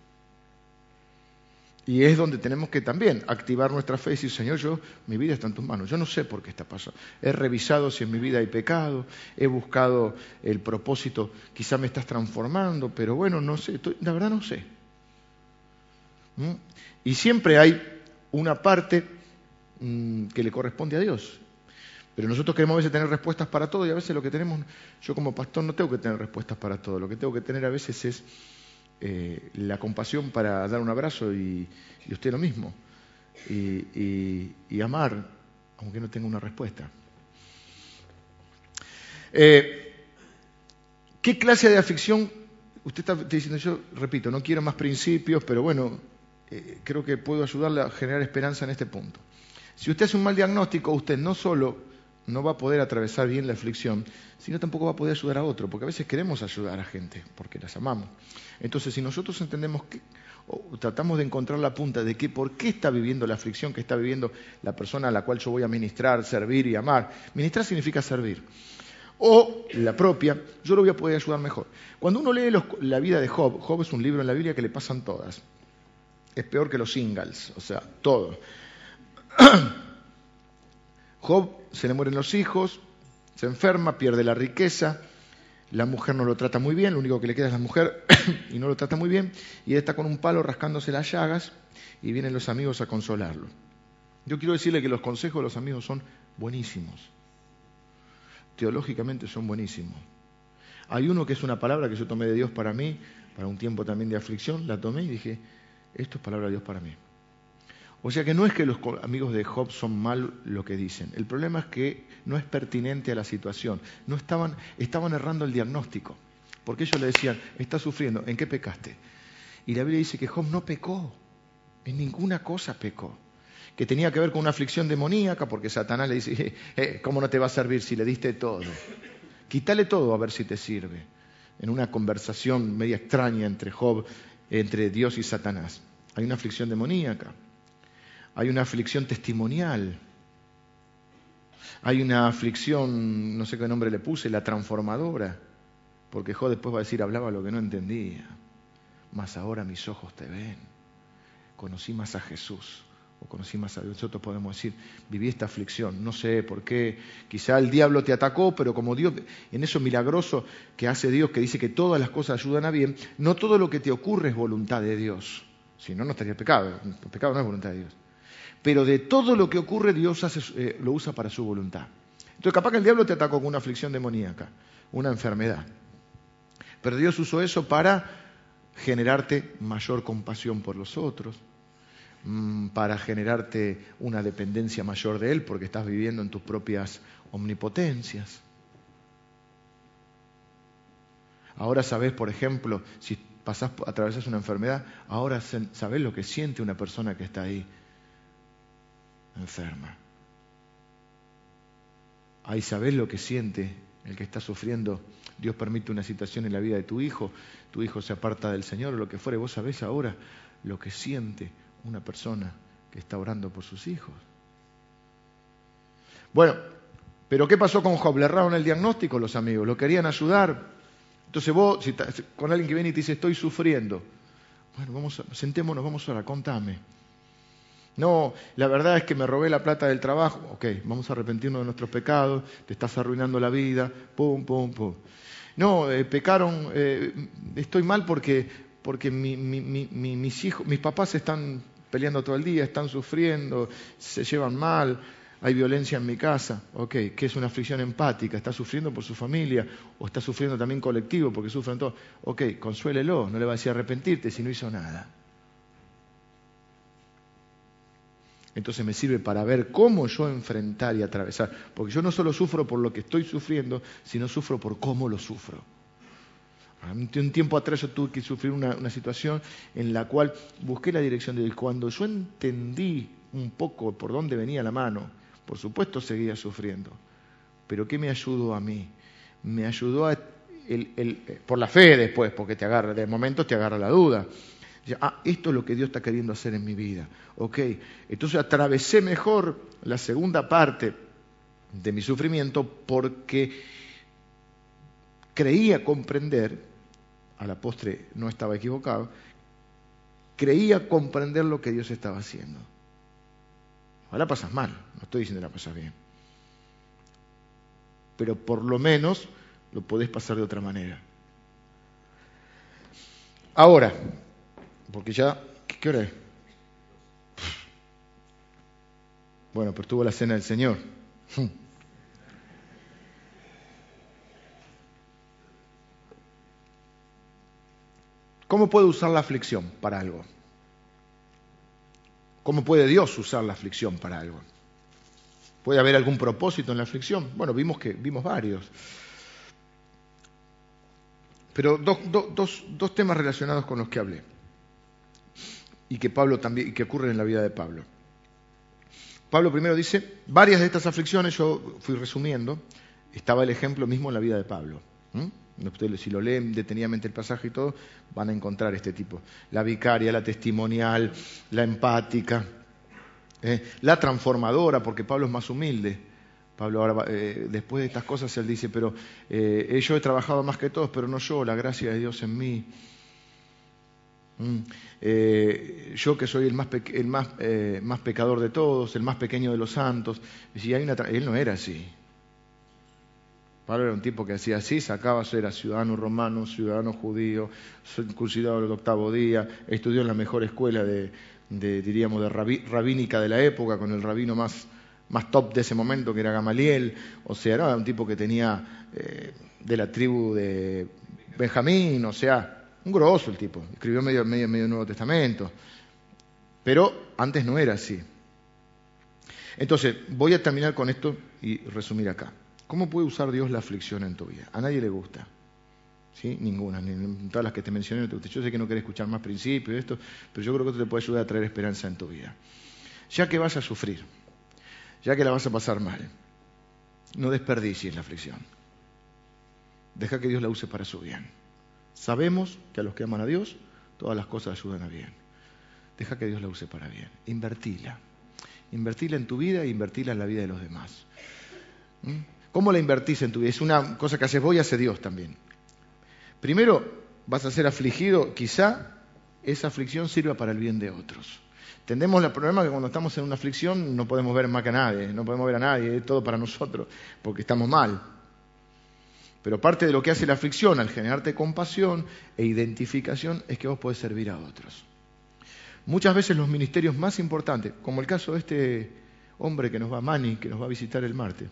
S1: Y es donde tenemos que también activar nuestra fe y decir, Señor, yo, mi vida está en tus manos. Yo no sé por qué está pasando. He revisado si en mi vida hay pecado, he buscado el propósito, quizá me estás transformando, pero bueno, no sé, estoy, la verdad no sé. ¿Mm? Y siempre hay una parte mmm, que le corresponde a Dios. Pero nosotros queremos a veces tener respuestas para todo y a veces lo que tenemos, yo como pastor no tengo que tener respuestas para todo. Lo que tengo que tener a veces es Eh, la compasión para dar un abrazo y, y usted lo mismo y, y, y amar aunque no tenga una respuesta. Eh, ¿Qué clase de aflicción? Usted está diciendo, yo repito, no quiero más principios, pero bueno, eh, creo que puedo ayudarle a generar esperanza en este punto. Si usted hace un mal diagnóstico, usted no solo no va a poder atravesar bien la aflicción, sino tampoco va a poder ayudar a otro, porque a veces queremos ayudar a gente, porque las amamos. Entonces, si nosotros entendemos que, o tratamos de encontrar la punta de que por qué está viviendo la aflicción que está viviendo la persona a la cual yo voy a ministrar, servir y amar. Ministrar significa servir. O la propia, yo lo voy a poder ayudar mejor. Cuando uno lee los, la vida de Job, Job es un libro en la Biblia que le pasan todas. Es peor que los Ingalls, o sea, todo. Job se le mueren los hijos, se enferma, pierde la riqueza, la mujer no lo trata muy bien, lo único que le queda es la mujer y no lo trata muy bien, y él está con un palo rascándose las llagas y vienen los amigos a consolarlo. Yo quiero decirle que los consejos de los amigos son buenísimos. Teológicamente son buenísimos. Hay uno que es una palabra que yo tomé de Dios para mí, para un tiempo también de aflicción, la tomé y dije, esto es palabra de Dios para mí. O sea que no es que los amigos de Job son mal lo que dicen, el problema es que no es pertinente a la situación, no estaban, estaban errando el diagnóstico, porque ellos le decían, estás sufriendo, ¿en qué pecaste? Y la Biblia dice que Job no pecó, en ninguna cosa pecó. Que tenía que ver con una aflicción demoníaca, porque Satanás le dice, eh, ¿cómo no te va a servir si le diste todo? Quítale todo a ver si te sirve. En una conversación media extraña entre Job, entre Dios y Satanás. Hay una aflicción demoníaca, hay una aflicción testimonial, hay una aflicción, no sé qué nombre le puse, la transformadora, porque Job después va a decir, hablaba lo que no entendía, mas ahora mis ojos te ven, conocí más a Jesús. O conocí más a Dios. Nosotros podemos decir, viví esta aflicción, no sé por qué, quizá el diablo te atacó, pero como Dios, en eso milagroso que hace Dios, que dice que todas las cosas ayudan a bien, no todo lo que te ocurre es voluntad de Dios, si no, no estaría pecado, el pecado no es voluntad de Dios. Pero de todo lo que ocurre, Dios hace, eh, lo usa para su voluntad. Entonces capaz que el diablo te atacó con una aflicción demoníaca, una enfermedad, pero Dios usó eso para generarte mayor compasión por los otros, para generarte una dependencia mayor de Él, porque estás viviendo en tus propias omnipotencias. Ahora sabés, por ejemplo, si pasás, atravesás una enfermedad, ahora sabés lo que siente una persona que está ahí enferma. Ahí sabés lo que siente el que está sufriendo. Dios permite una situación en la vida de tu hijo, tu hijo se aparta del Señor o lo que fuere, vos sabés ahora lo que siente una persona que está orando por sus hijos. Bueno, pero ¿qué pasó con Job? Le erraron el diagnóstico los amigos, lo querían ayudar. Entonces vos, si estás con alguien que viene y te dice, estoy sufriendo. Bueno, vamos a, sentémonos, vamos a orar, contame. No, la verdad es que me robé la plata del trabajo. Ok, vamos a arrepentirnos de nuestros pecados, te estás arruinando la vida, pum, pum, pum. No, eh, pecaron, eh, estoy mal porque, porque mi, mi, mi, mi, mis hijos, mis papás están peleando todo el día, están sufriendo, se llevan mal, hay violencia en mi casa. Ok, ¿qué es una aflicción empática? ¿Está sufriendo por su familia o está sufriendo también colectivo porque sufren todos? Ok, consuélelo, no le va a decir arrepentirte si no hizo nada. Entonces me sirve para ver cómo yo enfrentar y atravesar. Porque yo no solo sufro por lo que estoy sufriendo, sino sufro por cómo lo sufro. Un tiempo atrás yo tuve que sufrir una, una situación en la cual busqué la dirección de Dios. Cuando yo entendí un poco por dónde venía la mano, por supuesto seguía sufriendo. Pero ¿qué me ayudó a mí? Me ayudó a, el, el, por la fe después, porque te agarra, de momento te agarra la duda. Ah, esto es lo que Dios está queriendo hacer en mi vida. Ok, entonces atravesé mejor la segunda parte de mi sufrimiento porque creía comprender, a la postre no estaba equivocado, creía comprender lo que Dios estaba haciendo. Ahora pasas mal, no estoy diciendo que la pasas bien. Pero por lo menos lo podés pasar de otra manera. Ahora, porque ya, ¿qué hora es? Bueno, pero tuvo la cena del Señor. ¿Cómo puede usar la aflicción para algo? ¿Cómo puede Dios usar la aflicción para algo? ¿Puede haber algún propósito en la aflicción? Bueno, vimos que vimos varios. Pero dos, dos, dos, dos temas relacionados con los que hablé. Y que Pablo también, y que ocurren en la vida de Pablo. Pablo primero dice, varias de estas aflicciones, yo fui resumiendo, estaba el ejemplo mismo en la vida de Pablo. ¿Mm? Ustedes, si lo leen detenidamente el pasaje y todo, van a encontrar este tipo. La vicaria, la testimonial, la empática, eh, la transformadora, porque Pablo es más humilde. Pablo ahora, eh, después de estas cosas, él dice, pero eh, yo he trabajado más que todos, pero no yo, la gracia de Dios en mí. Mm. Eh, yo que soy el más, pe- el más, eh, más pecador de todos, el más pequeño de los santos. Y hay una tra- él no era así. Pablo era un tipo que hacía así, sacaba, era ciudadano romano, ciudadano judío, circuncidado el octavo día, estudió en la mejor escuela de, de diríamos, de rabí, rabínica de la época, con el rabino más, más top de ese momento, que era Gamaliel. O sea, era un tipo que tenía eh, de la tribu de Benjamín, o sea, un grosso el tipo, escribió medio, medio, medio Nuevo Testamento, pero antes no era así. Entonces, voy a terminar con esto y resumir acá. ¿Cómo puede usar Dios la aflicción en tu vida? A nadie le gusta, ¿sí? Ninguna, ni todas las que te mencioné no te gustan. Yo sé que no querés escuchar más principios, esto, pero yo creo que esto te puede ayudar a traer esperanza en tu vida. Ya que vas a sufrir, ya que la vas a pasar mal, no desperdicies la aflicción. Deja que Dios la use para su bien. Sabemos que a los que aman a Dios, todas las cosas ayudan a bien. Deja que Dios la use para bien. Invertila. Invertila en tu vida e invertila en la vida de los demás. ¿Mm? ¿Cómo la invertís en tu vida? Es una cosa que haces vos y hace Dios también. Primero, vas a ser afligido. Quizá esa aflicción sirva para el bien de otros. Entendemos el problema que cuando estamos en una aflicción no podemos ver más que a nadie. No podemos ver a nadie. Es todo para nosotros porque estamos mal. Pero parte de lo que hace la aflicción al generarte compasión e identificación es que vos podés servir a otros. Muchas veces los ministerios más importantes, como el caso de este hombre que nos va, Manny, que nos va a visitar el martes.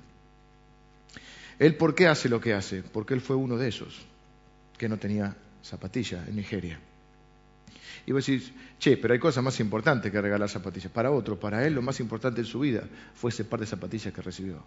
S1: ¿Él por qué hace lo que hace? Porque él fue uno de esos que no tenía zapatillas en Nigeria. Y vos decís, che, pero hay cosas más importantes que regalar zapatillas. Para otro, para él lo más importante en su vida fue ese par de zapatillas que recibió.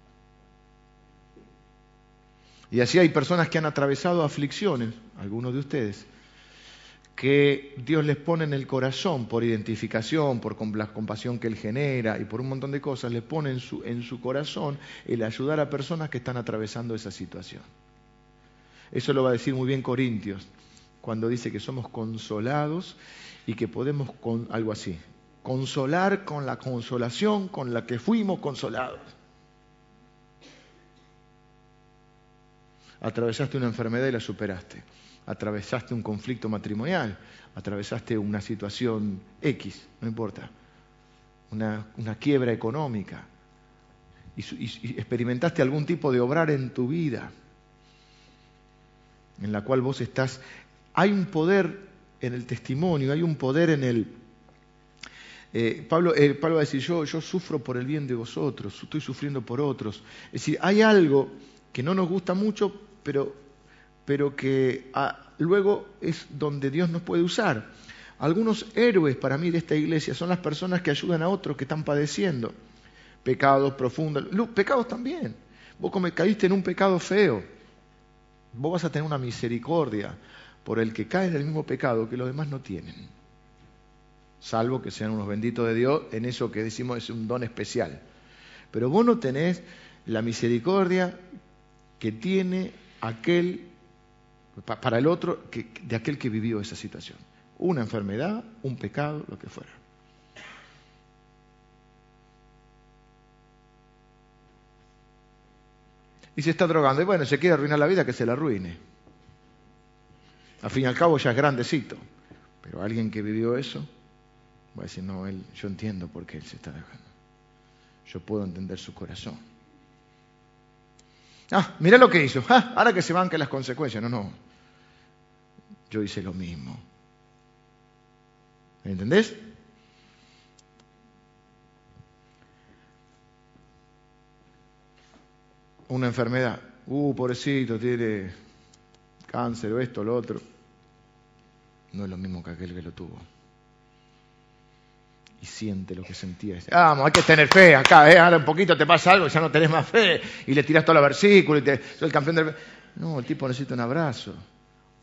S1: Y así hay personas que han atravesado aflicciones, algunos de ustedes, que Dios les pone en el corazón por identificación, por la compasión que Él genera y por un montón de cosas, les pone en su, en su corazón el ayudar a personas que están atravesando esa situación. Eso lo va a decir muy bien Corintios, cuando dice que somos consolados y que podemos, con algo así, consolar con la consolación con la que fuimos consolados. Atravesaste una enfermedad y la superaste. Atravesaste un conflicto matrimonial. Atravesaste una situación X, no importa. Una, una quiebra económica. Y, y, y experimentaste algún tipo de obrar en tu vida. En la cual vos estás... Hay un poder en el testimonio, hay un poder en el... Eh, Pablo, eh, Pablo va a decir, yo, yo sufro por el bien de vosotros, estoy sufriendo por otros. Es decir, hay algo que no nos gusta mucho, pero, pero que ah, luego es donde Dios nos puede usar. Algunos héroes para mí de esta iglesia son las personas que ayudan a otros que están padeciendo pecados profundos, pecados también. Vos como caíste en un pecado feo, vos vas a tener una misericordia por el que cae en el mismo pecado que los demás no tienen. Salvo que sean unos benditos de Dios en eso que decimos es un don especial. Pero vos no tenés la misericordia que tiene aquel, para el otro, que, de aquel que vivió esa situación. Una enfermedad, un pecado, lo que fuera. Y se está drogando. Y bueno, se quiere arruinar la vida, que se la arruine. Al fin y al cabo ya es grandecito. Pero alguien que vivió eso, va a decir, no, él, yo entiendo por qué él se está drogando. Yo puedo entender su corazón. Ah, mirá lo que hizo. Ah, ahora que se banquen las consecuencias. No, no. Yo hice lo mismo. ¿Entendés? Una enfermedad. Uh, pobrecito, tiene cáncer o esto o lo otro. No es lo mismo que aquel que lo tuvo. Y siente lo que sentía. Ah, vamos, hay que tener fe acá, ¿eh? Ahora un poquito te pasa algo y ya no tenés más fe. Y le tirás todos los versículos y te... soy el campeón del... No, el tipo necesita un abrazo.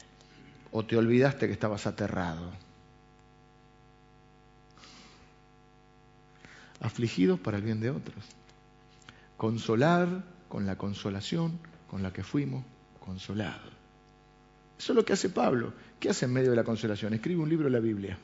S1: ¿O te olvidaste que estabas aterrado? Afligidos para el bien de otros. Consolar con la consolación con la que fuimos consolados. Eso es lo que hace Pablo. ¿Qué hace en medio de la consolación? Escribe un libro de la Biblia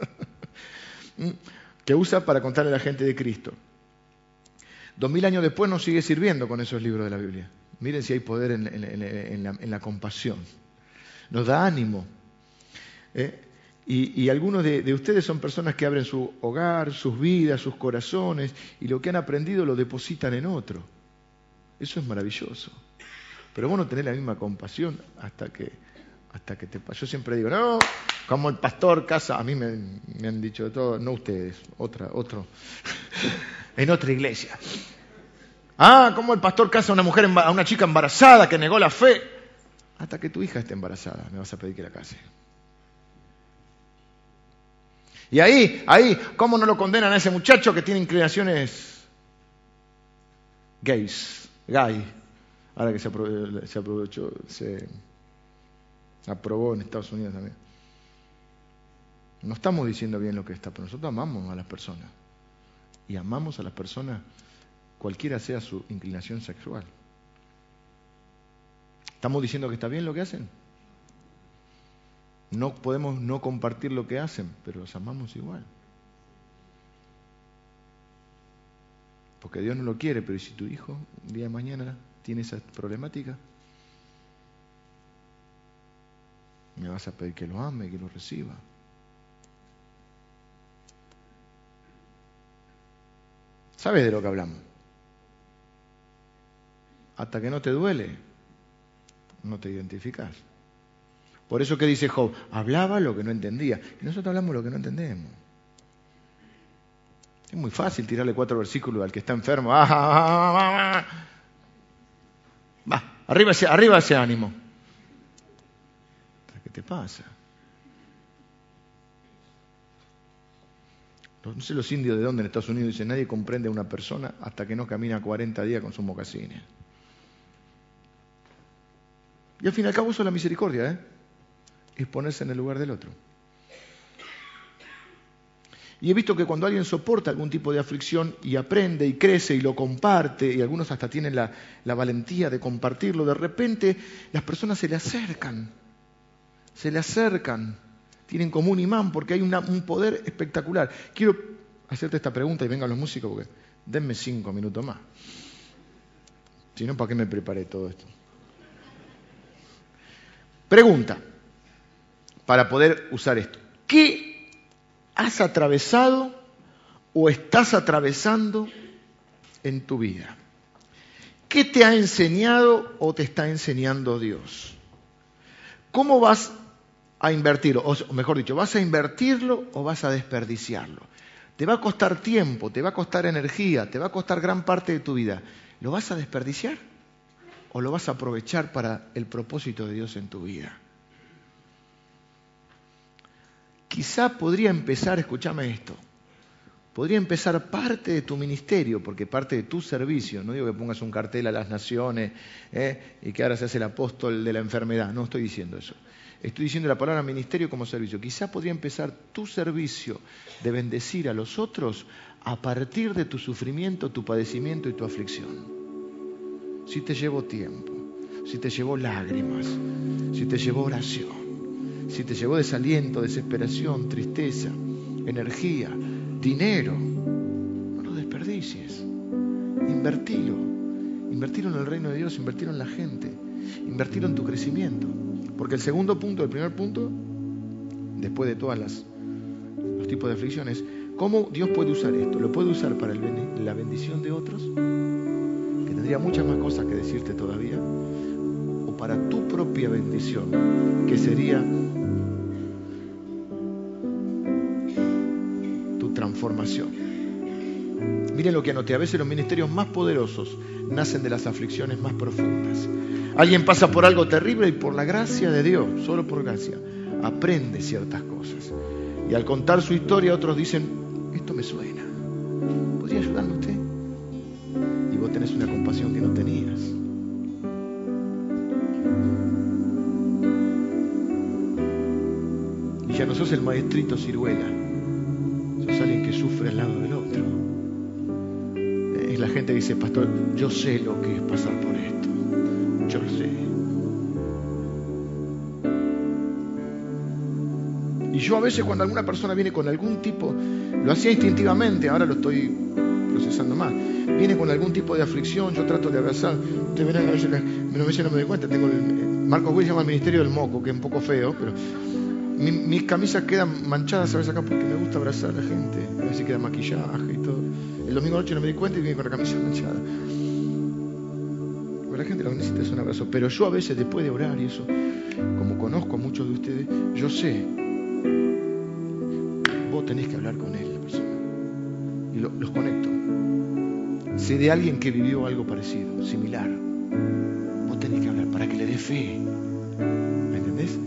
S1: que usa para contarle a la gente de Cristo. Dos mil años después nos sigue sirviendo con esos libros de la Biblia. Miren si hay poder en, en, en, en, la, en la compasión. Nos da ánimo. ¿Eh? Y, y algunos de, de ustedes son personas que abren su hogar, sus vidas, sus corazones, y lo que han aprendido lo depositan en otro. Eso es maravilloso. Pero vos no tenés la misma compasión hasta que, hasta que te pasa. Yo siempre digo, no, como el pastor casa, a mí me, me han dicho de todo, no ustedes, otra, otro, en otra iglesia. Ah, como el pastor casa a una mujer, a una chica embarazada que negó la fe. Hasta que tu hija esté embarazada, me vas a pedir que la case. Y ahí, ahí, ¿cómo no lo condenan a ese muchacho que tiene inclinaciones gays, gay? Ahora que se aprovechó, se aprovechó, se aprobó en Estados Unidos también. No estamos diciendo bien lo que está, pero nosotros amamos a las personas. Y amamos a las personas cualquiera sea su inclinación sexual. ¿Estamos diciendo que está bien lo que hacen? No podemos no compartir lo que hacen, pero los amamos igual. Porque Dios no lo quiere, pero ¿y si tu hijo un día de mañana tiene esa problemática? Me vas a pedir que lo ame, que lo reciba. ¿Sabes de lo que hablamos? Hasta que no te duele, no te identificás. Por eso que dice Job, hablaba lo que no entendía. Y nosotros hablamos lo que no entendemos. Es muy fácil tirarle cuatro versículos al que está enfermo. Ah, ah, ah, ah. Va, arriba ese, arriba ese ánimo. ¿Qué te pasa? No sé los indios de dónde en Estados Unidos dicen, nadie comprende a una persona hasta que no camina cuarenta días con sus mocasines. Y al fin y al cabo eso es la misericordia, ¿eh? Es ponerse en el lugar del otro. Y he visto que cuando alguien soporta algún tipo de aflicción y aprende y crece y lo comparte, y algunos hasta tienen la, la valentía de compartirlo, de repente las personas se le acercan, se le acercan, tienen como un imán porque hay una, un poder espectacular. Quiero hacerte esta pregunta y vengan los músicos porque denme cinco minutos más. Si no, ¿para qué me preparé todo esto? Pregunta, para poder usar esto. ¿Qué has atravesado o estás atravesando en tu vida? ¿Qué te ha enseñado o te está enseñando Dios? ¿Cómo vas a invertirlo? O mejor dicho, ¿vas a invertirlo o vas a desperdiciarlo? Te va a costar tiempo, te va a costar energía, te va a costar gran parte de tu vida. ¿Lo vas a desperdiciar o lo vas a aprovechar para el propósito de Dios en tu vida? Quizá podría empezar, escúchame esto, podría empezar parte de tu ministerio, porque parte de tu servicio, no digo que pongas un cartel a las naciones ¿eh? y que ahora seas el apóstol de la enfermedad, no estoy diciendo eso. Estoy diciendo la palabra ministerio como servicio. Quizá podría empezar tu servicio de bendecir a los otros a partir de tu sufrimiento, tu padecimiento y tu aflicción. Si te llevó tiempo, si te llevó lágrimas, si te llevó oración, si te llevó desaliento, desesperación, tristeza, energía, dinero, no lo desperdicies. Invertilo. Invertilo en el reino de Dios, invertilo en la gente, invertilo en tu crecimiento. Porque el segundo punto, el primer punto, después de todas las los tipos de aflicciones, ¿cómo Dios puede usar esto? ¿Lo puede usar para el, la bendición de otros? Que tendría muchas más cosas que decirte todavía. O para tu propia bendición, que sería tu transformación. Miren lo que anoté. A veces los ministerios más poderosos nacen de las aflicciones más profundas. Alguien pasa por algo terrible y por la gracia de Dios, solo por gracia, aprende ciertas cosas. Y al contar su historia, otros dicen, esto me suena. ¿Podría ayudarme usted? Y vos tenés una compasión que no tenías. ya no sos el maestrito ciruela, sos alguien que sufre al lado del otro. Es la gente que dice, pastor, yo sé lo que es pasar por esto, yo lo sé. Y yo a veces cuando alguna persona viene con algún tipo, lo hacía instintivamente, ahora lo estoy procesando más, viene con algún tipo de aflicción, yo trato de abrazar. Ustedes verán, a veces, a veces no me doy cuenta, tengo el, Marcos Will llama el ministerio del moco, que es un poco feo, pero mi, mis camisas quedan manchadas a veces acá porque me gusta abrazar a la gente, a veces queda maquillaje y todo. El domingo noche no me di cuenta y vine con la camisa manchada. Pero la gente lo que necesita es un abrazo, pero yo a veces después de orar y eso, como conozco a muchos de ustedes, yo sé, vos tenés que hablar con él, la persona, y lo, los conecto. Sé de alguien que vivió algo parecido, similar. Vos tenés que hablar para que le dé fe. ¿Me entendés?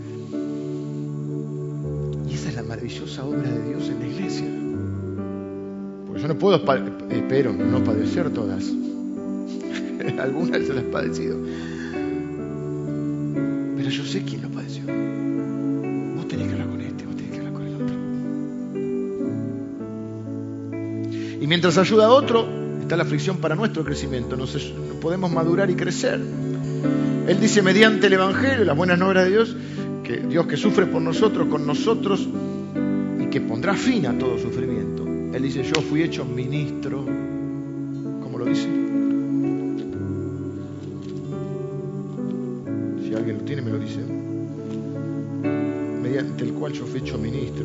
S1: Y esa es la maravillosa obra de Dios en la iglesia. Porque yo no puedo, espero, no padecer todas. Algunas se las he padecido. Pero yo sé quién lo padeció. Vos tenés que hablar con este, vos tenés que hablar con el otro. Y mientras ayuda a otro, está la aflicción para nuestro crecimiento. Nos podemos madurar y crecer. Él dice, mediante el Evangelio, las buenas nuevas de Dios, que Dios que sufre por nosotros, con nosotros, y que pondrá fin a todo sufrimiento. Él dice, yo fui hecho ministro. ¿Cómo lo dice? Si alguien lo tiene, me lo dice. Mediante el cual yo fui hecho ministro.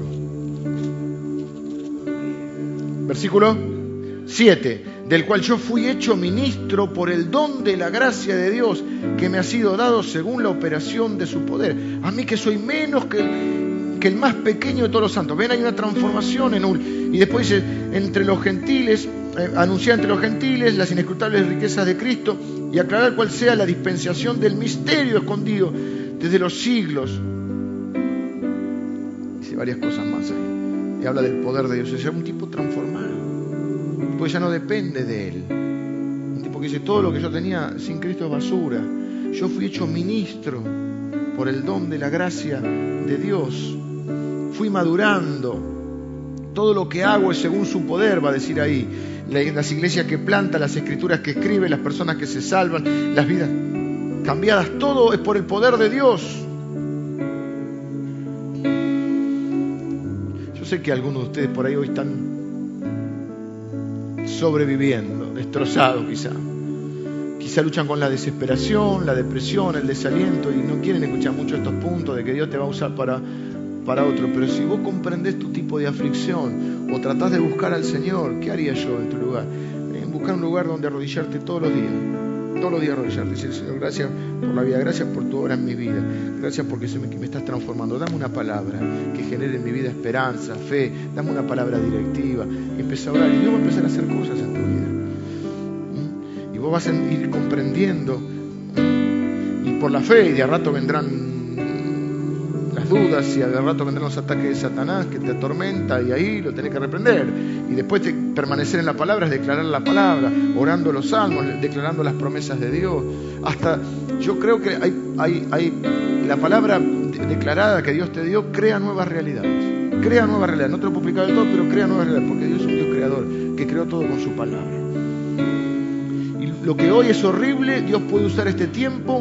S1: Versículo siete, del cual yo fui hecho ministro por el don de la gracia de Dios que me ha sido dado según la operación de su poder. A mí que soy menos que el, que el más pequeño de todos los santos. Ven, hay una transformación en un... Y después dice, entre los gentiles, eh, anunciar entre los gentiles las inescrutables riquezas de Cristo y aclarar cuál sea la dispensación del misterio escondido desde los siglos. Dice varias cosas más ahí. Y habla del poder de Dios. Es un tipo transformado. Pues ya no depende de él. Un tipo que dice, todo lo que yo tenía sin Cristo es basura. Yo fui hecho ministro por el don de la gracia de Dios. Fui madurando. Todo lo que hago es según su poder, va a decir ahí. Las iglesias que planta, las escrituras que escribe, las personas que se salvan, las vidas cambiadas, todo es por el poder de Dios. Yo sé que algunos de ustedes por ahí hoy están sobreviviendo, destrozados quizá. Quizá luchan con la desesperación, la depresión, el desaliento y no quieren escuchar mucho estos puntos de que Dios te va a usar para, para otro. Pero si vos comprendés tu tipo de aflicción o tratás de buscar al Señor, ¿qué haría yo en tu lugar? En buscar un lugar donde arrodillarte todos los días. Todos los días arrodillarte. Decir, Señor, gracias por la vida, gracias por tu obra en mi vida, gracias porque se me, me estás transformando. Dame una palabra que genere en mi vida esperanza, fe, dame una palabra directiva. Y empecé a orar y Dios va a empezar a hacer cosas en tu vida. ¿Mm? Y vos vas a ir comprendiendo. Y por la fe, y de a rato vendrán las dudas, y de a rato vendrán los ataques de Satanás que te atormenta, y ahí lo tenés que reprender. Y después de permanecer en la palabra es declarar la palabra, orando los salmos, declarando las promesas de Dios. Hasta yo creo que hay, hay, hay la palabra de, declarada que Dios te dio crea nuevas realidades. Crea nuevas realidades. No te lo puedo explicar del todo, pero crea nuevas realidades, porque Dios es un Dios creador que creó todo con su palabra. Y lo que hoy es horrible, Dios puede usar este tiempo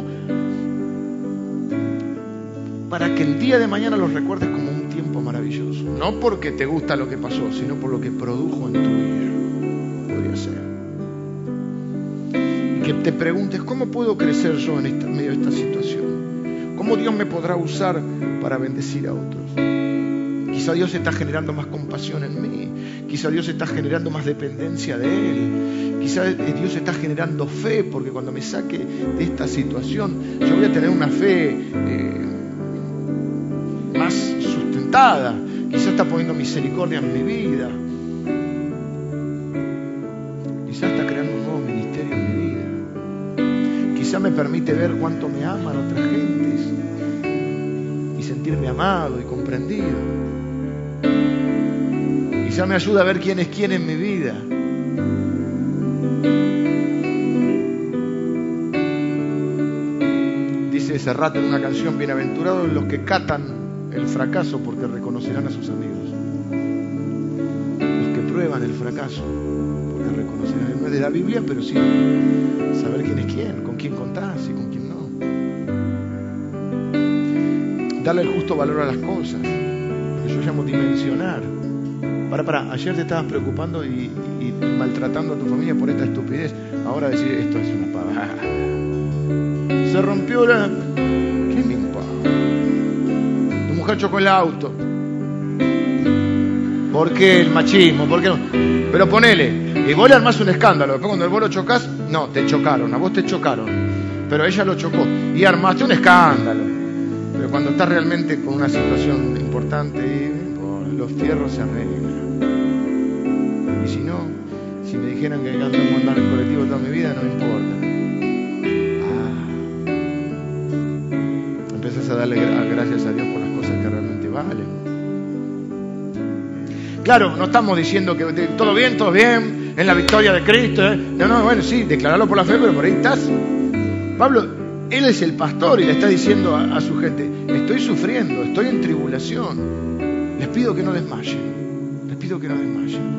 S1: para que el día de mañana los recuerdes como un tiempo maravilloso. No porque te gusta lo que pasó, sino por lo que produjo en tu vida. Podría ser. Y que te preguntes, ¿cómo puedo crecer yo en, esta, en medio de esta situación? ¿Cómo Dios me podrá usar para bendecir a otros? Quizá Dios está generando más compasión en mí. Quizá Dios está generando más dependencia de Él. Quizá Dios está generando fe, porque cuando me saque de esta situación, yo voy a tener una fe... Eh, más sustentada. Quizás está poniendo misericordia en mi vida. Quizás está creando un nuevo ministerio en mi vida. Quizás me permite ver cuánto me aman otras gentes y sentirme amado y comprendido. Quizás me ayuda a ver quién es quién en mi vida. Dice Serrat en una canción, bienaventurados los que catan el fracaso porque reconocerán a sus amigos. Los que prueban el fracaso porque reconocerán. No es de la Biblia, pero sí saber quién es quién, con quién contás y con quién no. Darle el justo valor a las cosas, lo que yo llamo dimensionar. Para, para, ayer te estabas preocupando y, y, y maltratando a tu familia por esta estupidez. Ahora decir, esto es una pavada. Se rompió la... ¿Qué me importa? Tu mujer chocó el auto. ¿Por qué el machismo? ¿Por qué no? Pero ponele, y vos le armás un escándalo. Después cuando vos lo chocás, no, te chocaron, a vos te chocaron. Pero ella lo chocó. Y armaste un escándalo. Pero cuando estás realmente con una situación importante, los fierros se arreglan. Y si no, si me dijeran que ando a andar en el colectivo toda mi vida, no me importa. Ah. Empiezas a darle gracias a Dios por las cosas que realmente valen. Claro, no estamos diciendo que todo bien, todo bien, en la victoria de Cristo. ¿eh? No, no, bueno, sí, declararlo por la fe, pero por ahí estás. Pablo, él es el pastor y le está diciendo a, a su gente, estoy sufriendo, estoy en tribulación. Les pido que no desmayen. Les pido que no desmayen.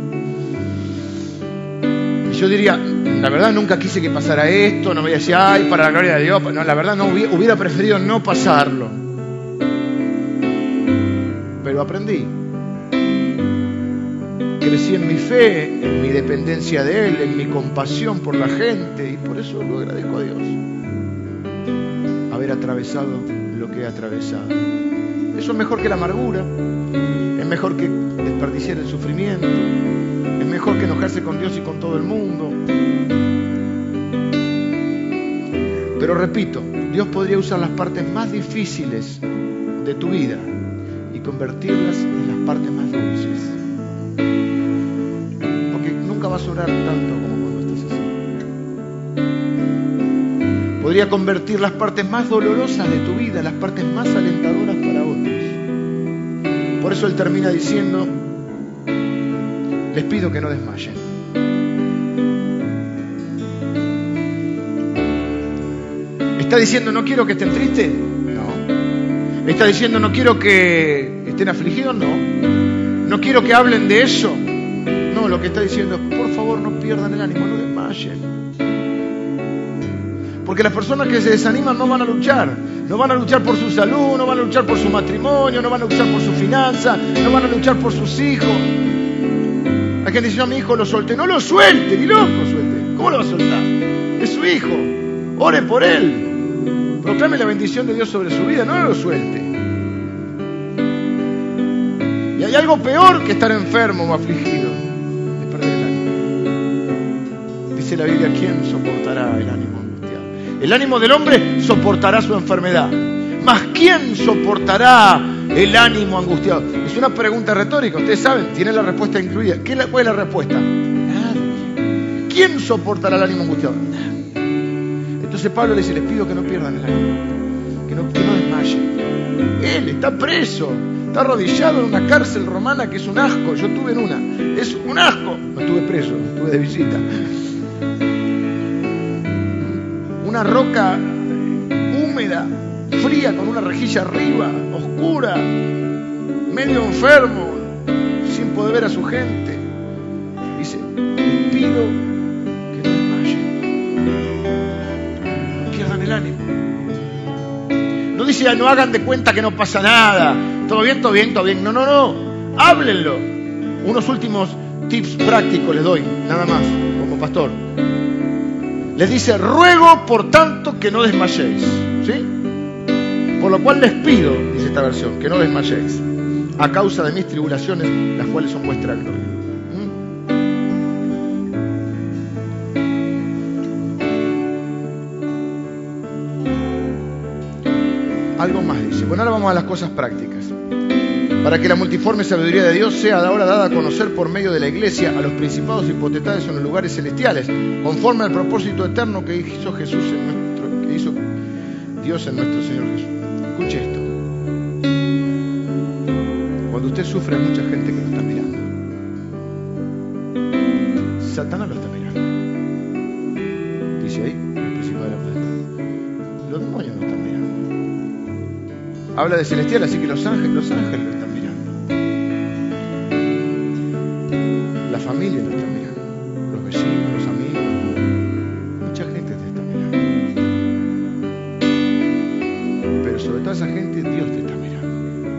S1: Y yo diría, la verdad nunca quise que pasara esto, no me decía, ay, para la gloria de Dios. No, la verdad no hubiera, hubiera preferido no pasarlo. Pero aprendí. Crecí en mi fe, en mi dependencia de Él, en mi compasión por la gente, y por eso lo agradezco a Dios. Haber atravesado lo que he atravesado. Eso es mejor que la amargura. Es mejor que desperdiciar el sufrimiento. Es mejor que enojarse con Dios y con todo el mundo. Pero repito, Dios podría usar las partes más difíciles de tu vida y convertirlas en las partes más dulces. Porque nunca vas a orar tanto como cuando estás así. Podría convertir las partes más dolorosas de tu vida en las partes más alentadoras para otros. Por eso él termina diciendo, les pido que no desmayen. ¿Está diciendo no quiero que estén tristes? No. ¿Está diciendo no quiero que estén afligidos? No. ¿No quiero que hablen de eso? No, lo que está diciendo es, por favor no pierdan el ánimo, no desmayen. Porque las personas que se desaniman no van a luchar. No van a luchar por su salud, no van a luchar por su matrimonio, no van a luchar por su finanza, no van a luchar por sus hijos. Hay gente que dice, no, mi hijo lo solté. No lo suelte, ni loco suelte. ¿Cómo lo va a soltar? Es su hijo. Ore por él. Proclame la bendición de Dios sobre su vida, no lo suelte. Y hay algo peor que estar enfermo o afligido. Es perder el ánimo. Dice la Biblia, ¿quién soportará el ánimo? El ánimo del hombre soportará su enfermedad. ¿Mas quién soportará el ánimo angustiado? Es una pregunta retórica, ustedes saben, tiene la respuesta incluida. ¿Qué, ¿Cuál es la respuesta? Nadie. ¿Quién soportará el ánimo angustiado? Nadie. Entonces Pablo le dice, les pido que no pierdan el ánimo, que no, que no desmayen. Él está preso, está arrodillado en una cárcel romana que es un asco. Yo estuve en una, es un asco. No estuve preso, estuve de visita. Una roca húmeda, fría, con una rejilla arriba, oscura, medio enfermo, sin poder ver a su gente. Dice, les pido que no desmayen, no pierdan el ánimo. No dice, no hagan de cuenta que no pasa nada, todo bien, todo bien, todo bien. No, no, no, háblenlo. Unos últimos tips prácticos les doy, nada más, como pastor. Les dice, ruego por tanto que no desmayéis, ¿sí? Por lo cual les pido, dice esta versión, que no desmayéis, a causa de mis tribulaciones, las cuales son vuestra gloria. ¿Mm? Algo más dice. Bueno, ahora vamos a las cosas prácticas. Para que la multiforme sabiduría de Dios sea ahora dada a conocer por medio de la Iglesia a los principados y potestades en los lugares celestiales, conforme al propósito eterno que hizo Jesús en nuestro, que hizo Dios en nuestro Señor Jesús. Escuche esto. Cuando usted sufre hay mucha gente que lo está mirando. Satanás lo está mirando. Dice ahí, el principado de la potestad. Los demonios lo están mirando. Habla de celestial, así que los ángeles, los ángeles lo están mirando. La familia lo está mirando. Los vecinos, los amigos. Mucha gente te está mirando. Pero sobre toda esa gente, Dios te está mirando.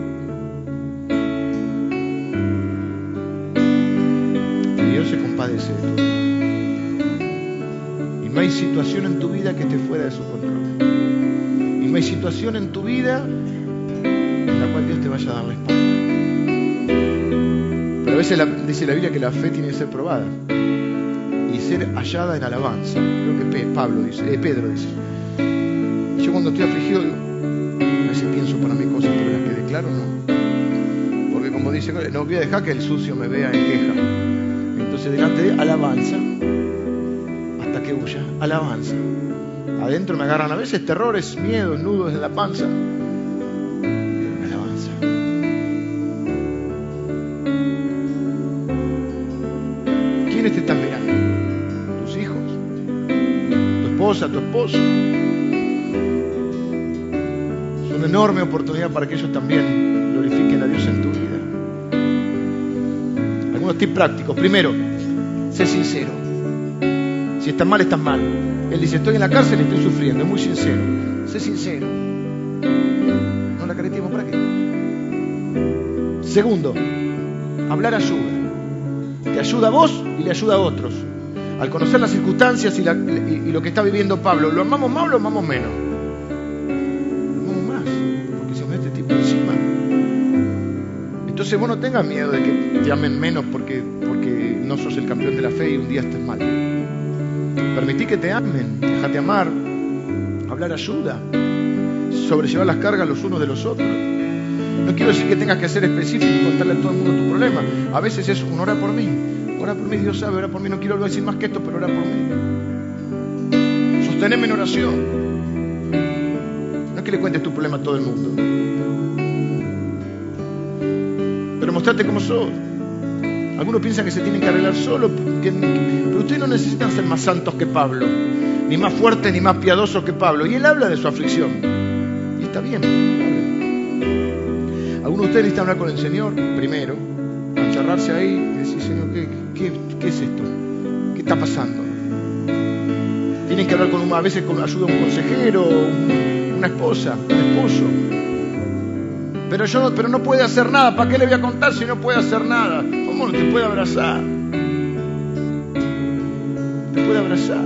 S1: Y Dios se compadece de todo. Y no hay situación en tu vida que esté fuera de su control. Y no hay situación en tu vida en la cual Dios te vaya a dar la espalda. Pero a veces la, dice la Biblia que la fe tiene que ser probada y ser hallada en alabanza. Creo que P, Pablo dice, eh, Pedro dice. Yo cuando estoy afligido, a veces pienso para mí cosas, pero las que declaro no. Porque como dice, no voy a dejar que el sucio me vea en queja. Entonces delante de alabanza, hasta que huya, alabanza. Adentro me agarran a veces terrores, miedos, nudos en la panza. Alabanza. ¿Quiénes te están mirando? ¿Tus hijos? ¿Tu esposa? ¿Tu esposo? Es una enorme oportunidad para que ellos también glorifiquen a Dios en tu vida. Algunos tips prácticos. Primero, sé sincero. Si estás mal, estás mal. Él dice, estoy en la cárcel y estoy sufriendo. Es muy sincero. Sé sincero. No la careteemos, ¿para qué? Segundo, hablar ayuda. Te ayuda a vos y le ayuda a otros. Al conocer las circunstancias y, la, y, y lo que está viviendo Pablo, ¿lo amamos más o lo amamos menos? Lo amamos más, porque se me este tipo encima. Entonces vos no tengas miedo de que te amen menos porque, porque no sos el campeón de la fe y un día estés mal. Permití que te amen, déjate amar, hablar ayuda, sobrellevar las cargas los unos de los otros. No quiero decir que tengas que ser específico y contarle a todo el mundo tu problema. A veces es un ora por mí, ora por mí, Dios sabe, ora por mí. No quiero decir más que esto, pero ora por mí. Sosteneme en oración. No es que le cuentes tu problema a todo el mundo, pero mostrate como sos. Algunos piensan que se tienen que arreglar solo, que, pero ustedes no necesitan ser más santos que Pablo, ni más fuertes ni más piadosos que Pablo. Y él habla de su aflicción. Y está bien. Algunos de ustedes necesitan hablar con el Señor primero, encerrarse ahí y decir, Señor, ¿qué, qué, qué es esto? ¿Qué está pasando? Tienen que hablar con un, a veces con ayuda de un consejero, un, una esposa, un esposo. Pero yo no, pero no puede hacer nada. ¿Para qué le voy a contar si no puede hacer nada? ¿Cómo no te puede abrazar? Te puede abrazar.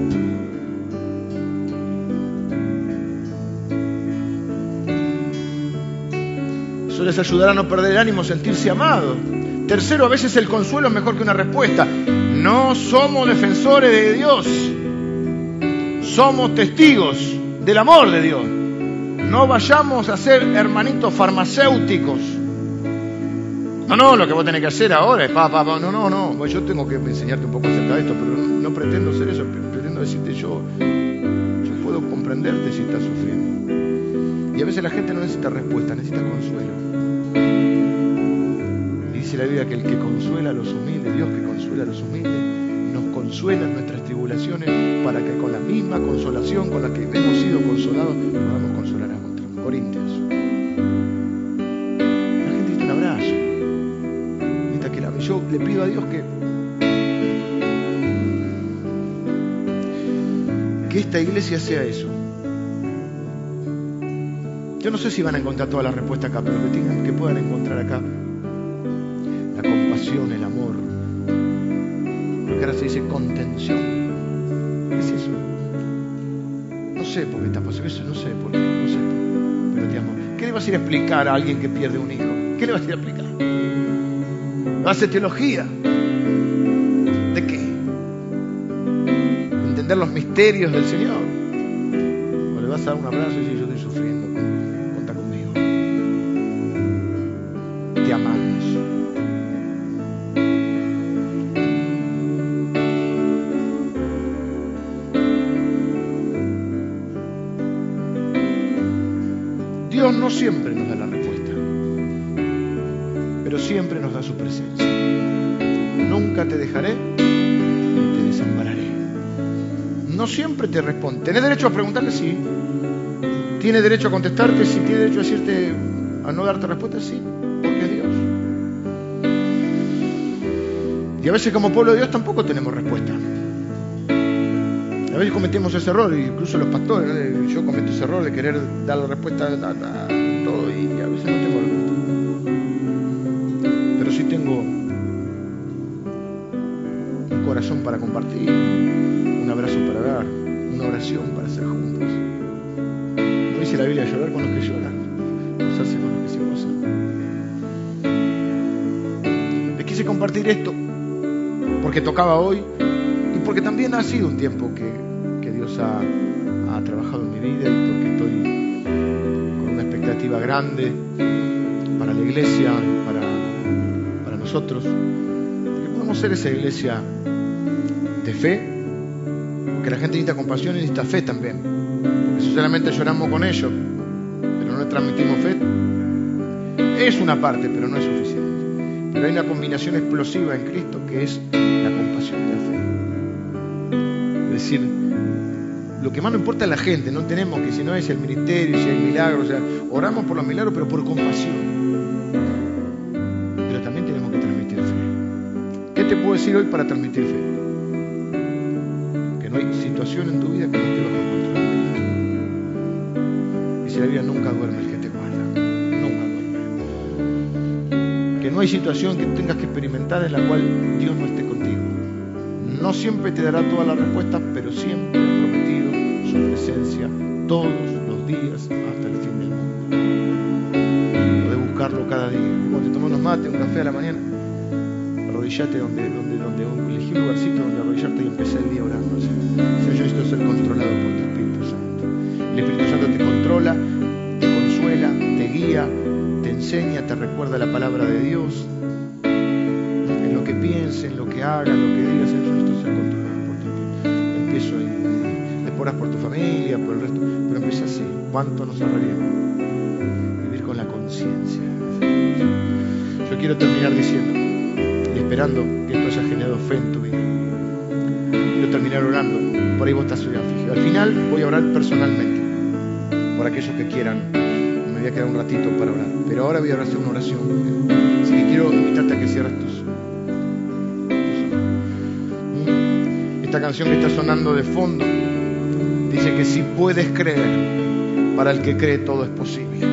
S1: Eso les ayudará a no perder el ánimo, sentirse amado. Tercero, a veces el consuelo es mejor que una respuesta. No somos defensores de Dios. Somos testigos del amor de Dios. No vayamos a ser hermanitos farmacéuticos. No, no, lo que vos tenés que hacer ahora es pa, pa, pa. No, no, no. Bueno, yo tengo que enseñarte un poco acerca de esto, pero no, no pretendo ser eso. Pretendo decirte yo, yo puedo comprenderte si estás sufriendo. Y a veces la gente no necesita respuesta, necesita consuelo. Y dice la Biblia que el que consuela a los humildes, Dios que consuela a los humildes, nos consuela en nuestras tribulaciones para que con la misma consolación con la que hemos sido consolados, podamos consolar a otros. Corintios. La gente necesita un abrazo. Necesita que la... Yo le pido a Dios que que esta iglesia sea eso. Yo no sé si van a encontrar todas las respuestas acá, pero que tengan, que puedan encontrar acá la compasión, el amor, lo que ahora se dice contención. ¿Qué es eso? No sé por qué está pasando eso, no sé por qué, no sé, pero te amo. ¿Qué le vas a ir a explicar a alguien que pierde un hijo? ¿Qué le vas a ir a explicar? ¿Va a hacer teología? ¿De qué? ¿Entender los misterios del Señor? ¿O le vas a dar un abrazo y decir, yo estoy sufriendo, cuenta conmigo? Te amamos. Dios no siempre nos da la respuesta, pero siempre nos da su presencia. Nunca te dejaré ni te desampararé. No siempre te responde. ¿Tenés derecho a preguntarle? Sí. ¿Tiene derecho a contestarte? Sí. ¿Tiene derecho a decirte, a no darte respuesta? Sí, porque es Dios. Y a veces como pueblo de Dios tampoco tenemos respuesta. A veces cometemos ese error, incluso los pastores, ¿no? Yo cometo ese error de querer dar la respuesta a, a, a todo y a veces no tengo respuesta. Pero sí tengo un corazón para compartir, un abrazo para dar, una oración para hacer juntos. No dice la Biblia llorar con los que lloran, gozarse con los que se gozan. Les quise compartir esto porque tocaba hoy y porque también ha sido un tiempo que, que Dios ha, ha trabajado en mi vida y porque estoy con una expectativa grande para la iglesia, para, para nosotros, que podamos ser esa iglesia de fe, porque la gente necesita compasión y necesita fe también, porque si solamente lloramos con ellos, pero no le transmitimos fe, es una parte, pero no es suficiente. Pero hay una combinación explosiva en Cristo que es la compasión y la fe. Es decir, lo que más nos importa es la gente, no tenemos que si no es el ministerio, si hay milagros, o sea, oramos por los milagros, pero por compasión. Pero también tenemos que transmitir fe. ¿Qué te puedo decir hoy para transmitir fe? Que no hay situación en tu vida que no esté bajo el control de Cristo. Dice la Biblia, nunca duerme el que te guarda. Que no hay situación que tengas que experimentar en la cual Dios no esté contigo. No siempre te dará todas las respuestas, pero siempre ha prometido su presencia todos los días hasta el fin del mundo. Podés buscarlo cada día. Cuando te tomas unos mates, un café a la mañana, arrodillate donde, donde, donde elegí un lugarcito donde arrodillarte y empecé el día orando. Señor, yo necesito ser controlado por tu Espíritu Santo. El Espíritu Santo te controla, te consuela, te guía, te enseña, te recuerda la palabra de Dios. En lo que pienses, en lo que hagas, en lo que digas, yo necesito ser controlado por tu Espíritu. Empiezo y después oras por tu familia, por el resto, pero empieza así. ¿Cuánto nos ahorraría vivir con la conciencia? Yo quiero terminar diciendo y esperando que esto haya generado fe en tu vida. Quiero terminar orando. Por ahí vos estás hoy afligido. Al final voy a orar personalmente por aquellos que quieran. Me voy a quedar un ratito para orar, pero ahora voy a hacer una oración. Así que quiero invitarte a que cierres tus, tus ojos. Esta canción que está sonando de fondo dice que si puedes creer, para el que cree todo es posible.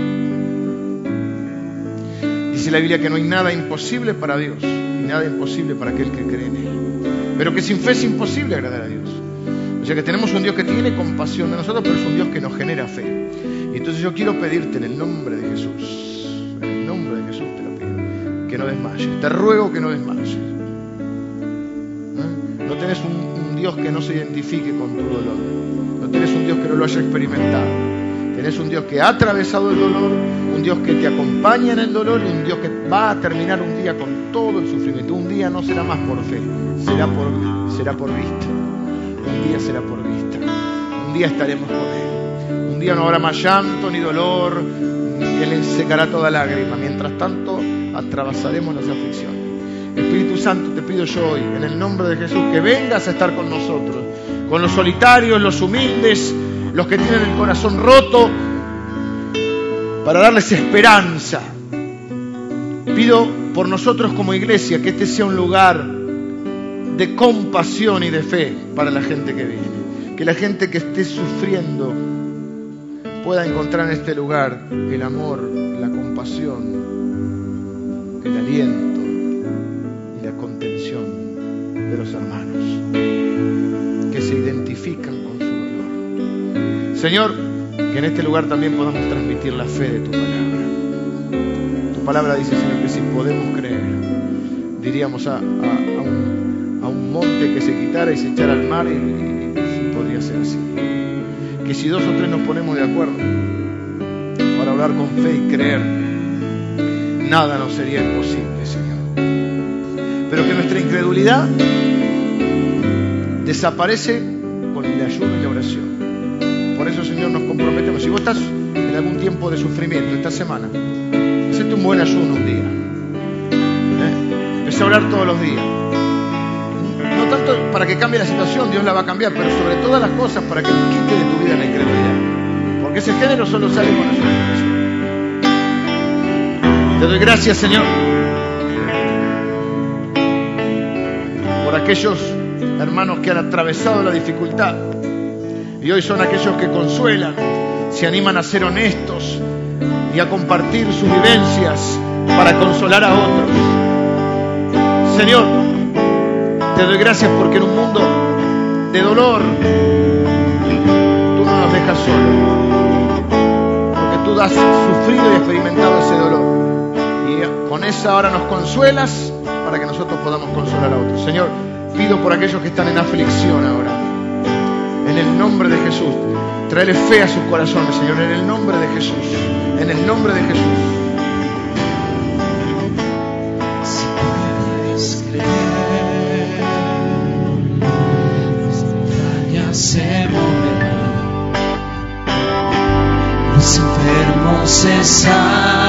S1: Dice la Biblia que no hay nada imposible para Dios y nada imposible para aquel que cree en Él, pero que sin fe es imposible agradar a Dios. O sea que tenemos un Dios que tiene compasión de nosotros, pero es un Dios que nos genera fe. Y entonces yo quiero pedirte en el nombre de Jesús, en el nombre de Jesús te lo pido, que no desmayes. Te ruego que no desmayes. ¿Eh? No tenés un, un Dios que no se identifique con tu dolor. No tenés un Dios que no lo haya experimentado. Tenés un Dios que ha atravesado el dolor, un Dios que te acompaña en el dolor y un Dios que va a terminar un día con todo el sufrimiento. Un día no será más por fe, será por, será por vista. Un día será por vista. Un día estaremos con Él. Un día no habrá más llanto ni dolor, Él ensecará toda lágrima. Mientras tanto, atravesaremos las aflicciones. Espíritu Santo, te pido yo hoy, en el nombre de Jesús, que vengas a estar con nosotros, con los solitarios, los humildes, los que tienen el corazón roto, para darles esperanza. Pido por nosotros como iglesia que este sea un lugar de compasión y de fe para la gente que viene. Que la gente que esté sufriendo pueda encontrar en este lugar el amor, la compasión, el aliento y la contención de los hermanos que se identifican con su dolor. Señor, que en este lugar también podamos transmitir la fe de tu palabra. Tu palabra dice, Señor, que si podemos creer, diríamos a, a, a, un, a un monte que se quitara y se echara al mar, y, y, y podría ser así. Que si dos o tres nos ponemos de acuerdo para hablar con fe y creer, nada nos sería imposible, Señor. Pero que nuestra incredulidad desaparece con el ayuno y la oración. Por eso, Señor, nos comprometemos. Si vos estás en algún tiempo de sufrimiento esta semana, hacete un buen ayuno un día. ¿Eh? Empecé a orar todos los días. No tanto para que cambie la situación, Dios la va a cambiar, pero sobre todas las cosas para que quite de tu vida la incredulidad. Por porque ese género solo sale con nosotros. Te doy gracias, Señor, por aquellos hermanos que han atravesado la dificultad y hoy son aquellos que consuelan, se animan a ser honestos y a compartir sus vivencias para consolar a otros. Señor, te doy gracias porque en un mundo de dolor tú no nos dejas solos, porque tú has sufrido y experimentado ese dolor y con esa hora nos consuelas para que nosotros podamos consolar a otros. Señor, pido por aquellos que están en aflicción ahora, en el nombre de Jesús, tráele fe a sus corazones, Señor, en el nombre de Jesús, en el nombre de Jesús.
S3: Si puedes creer, las montañas se moverán, los enfermos se sanarán.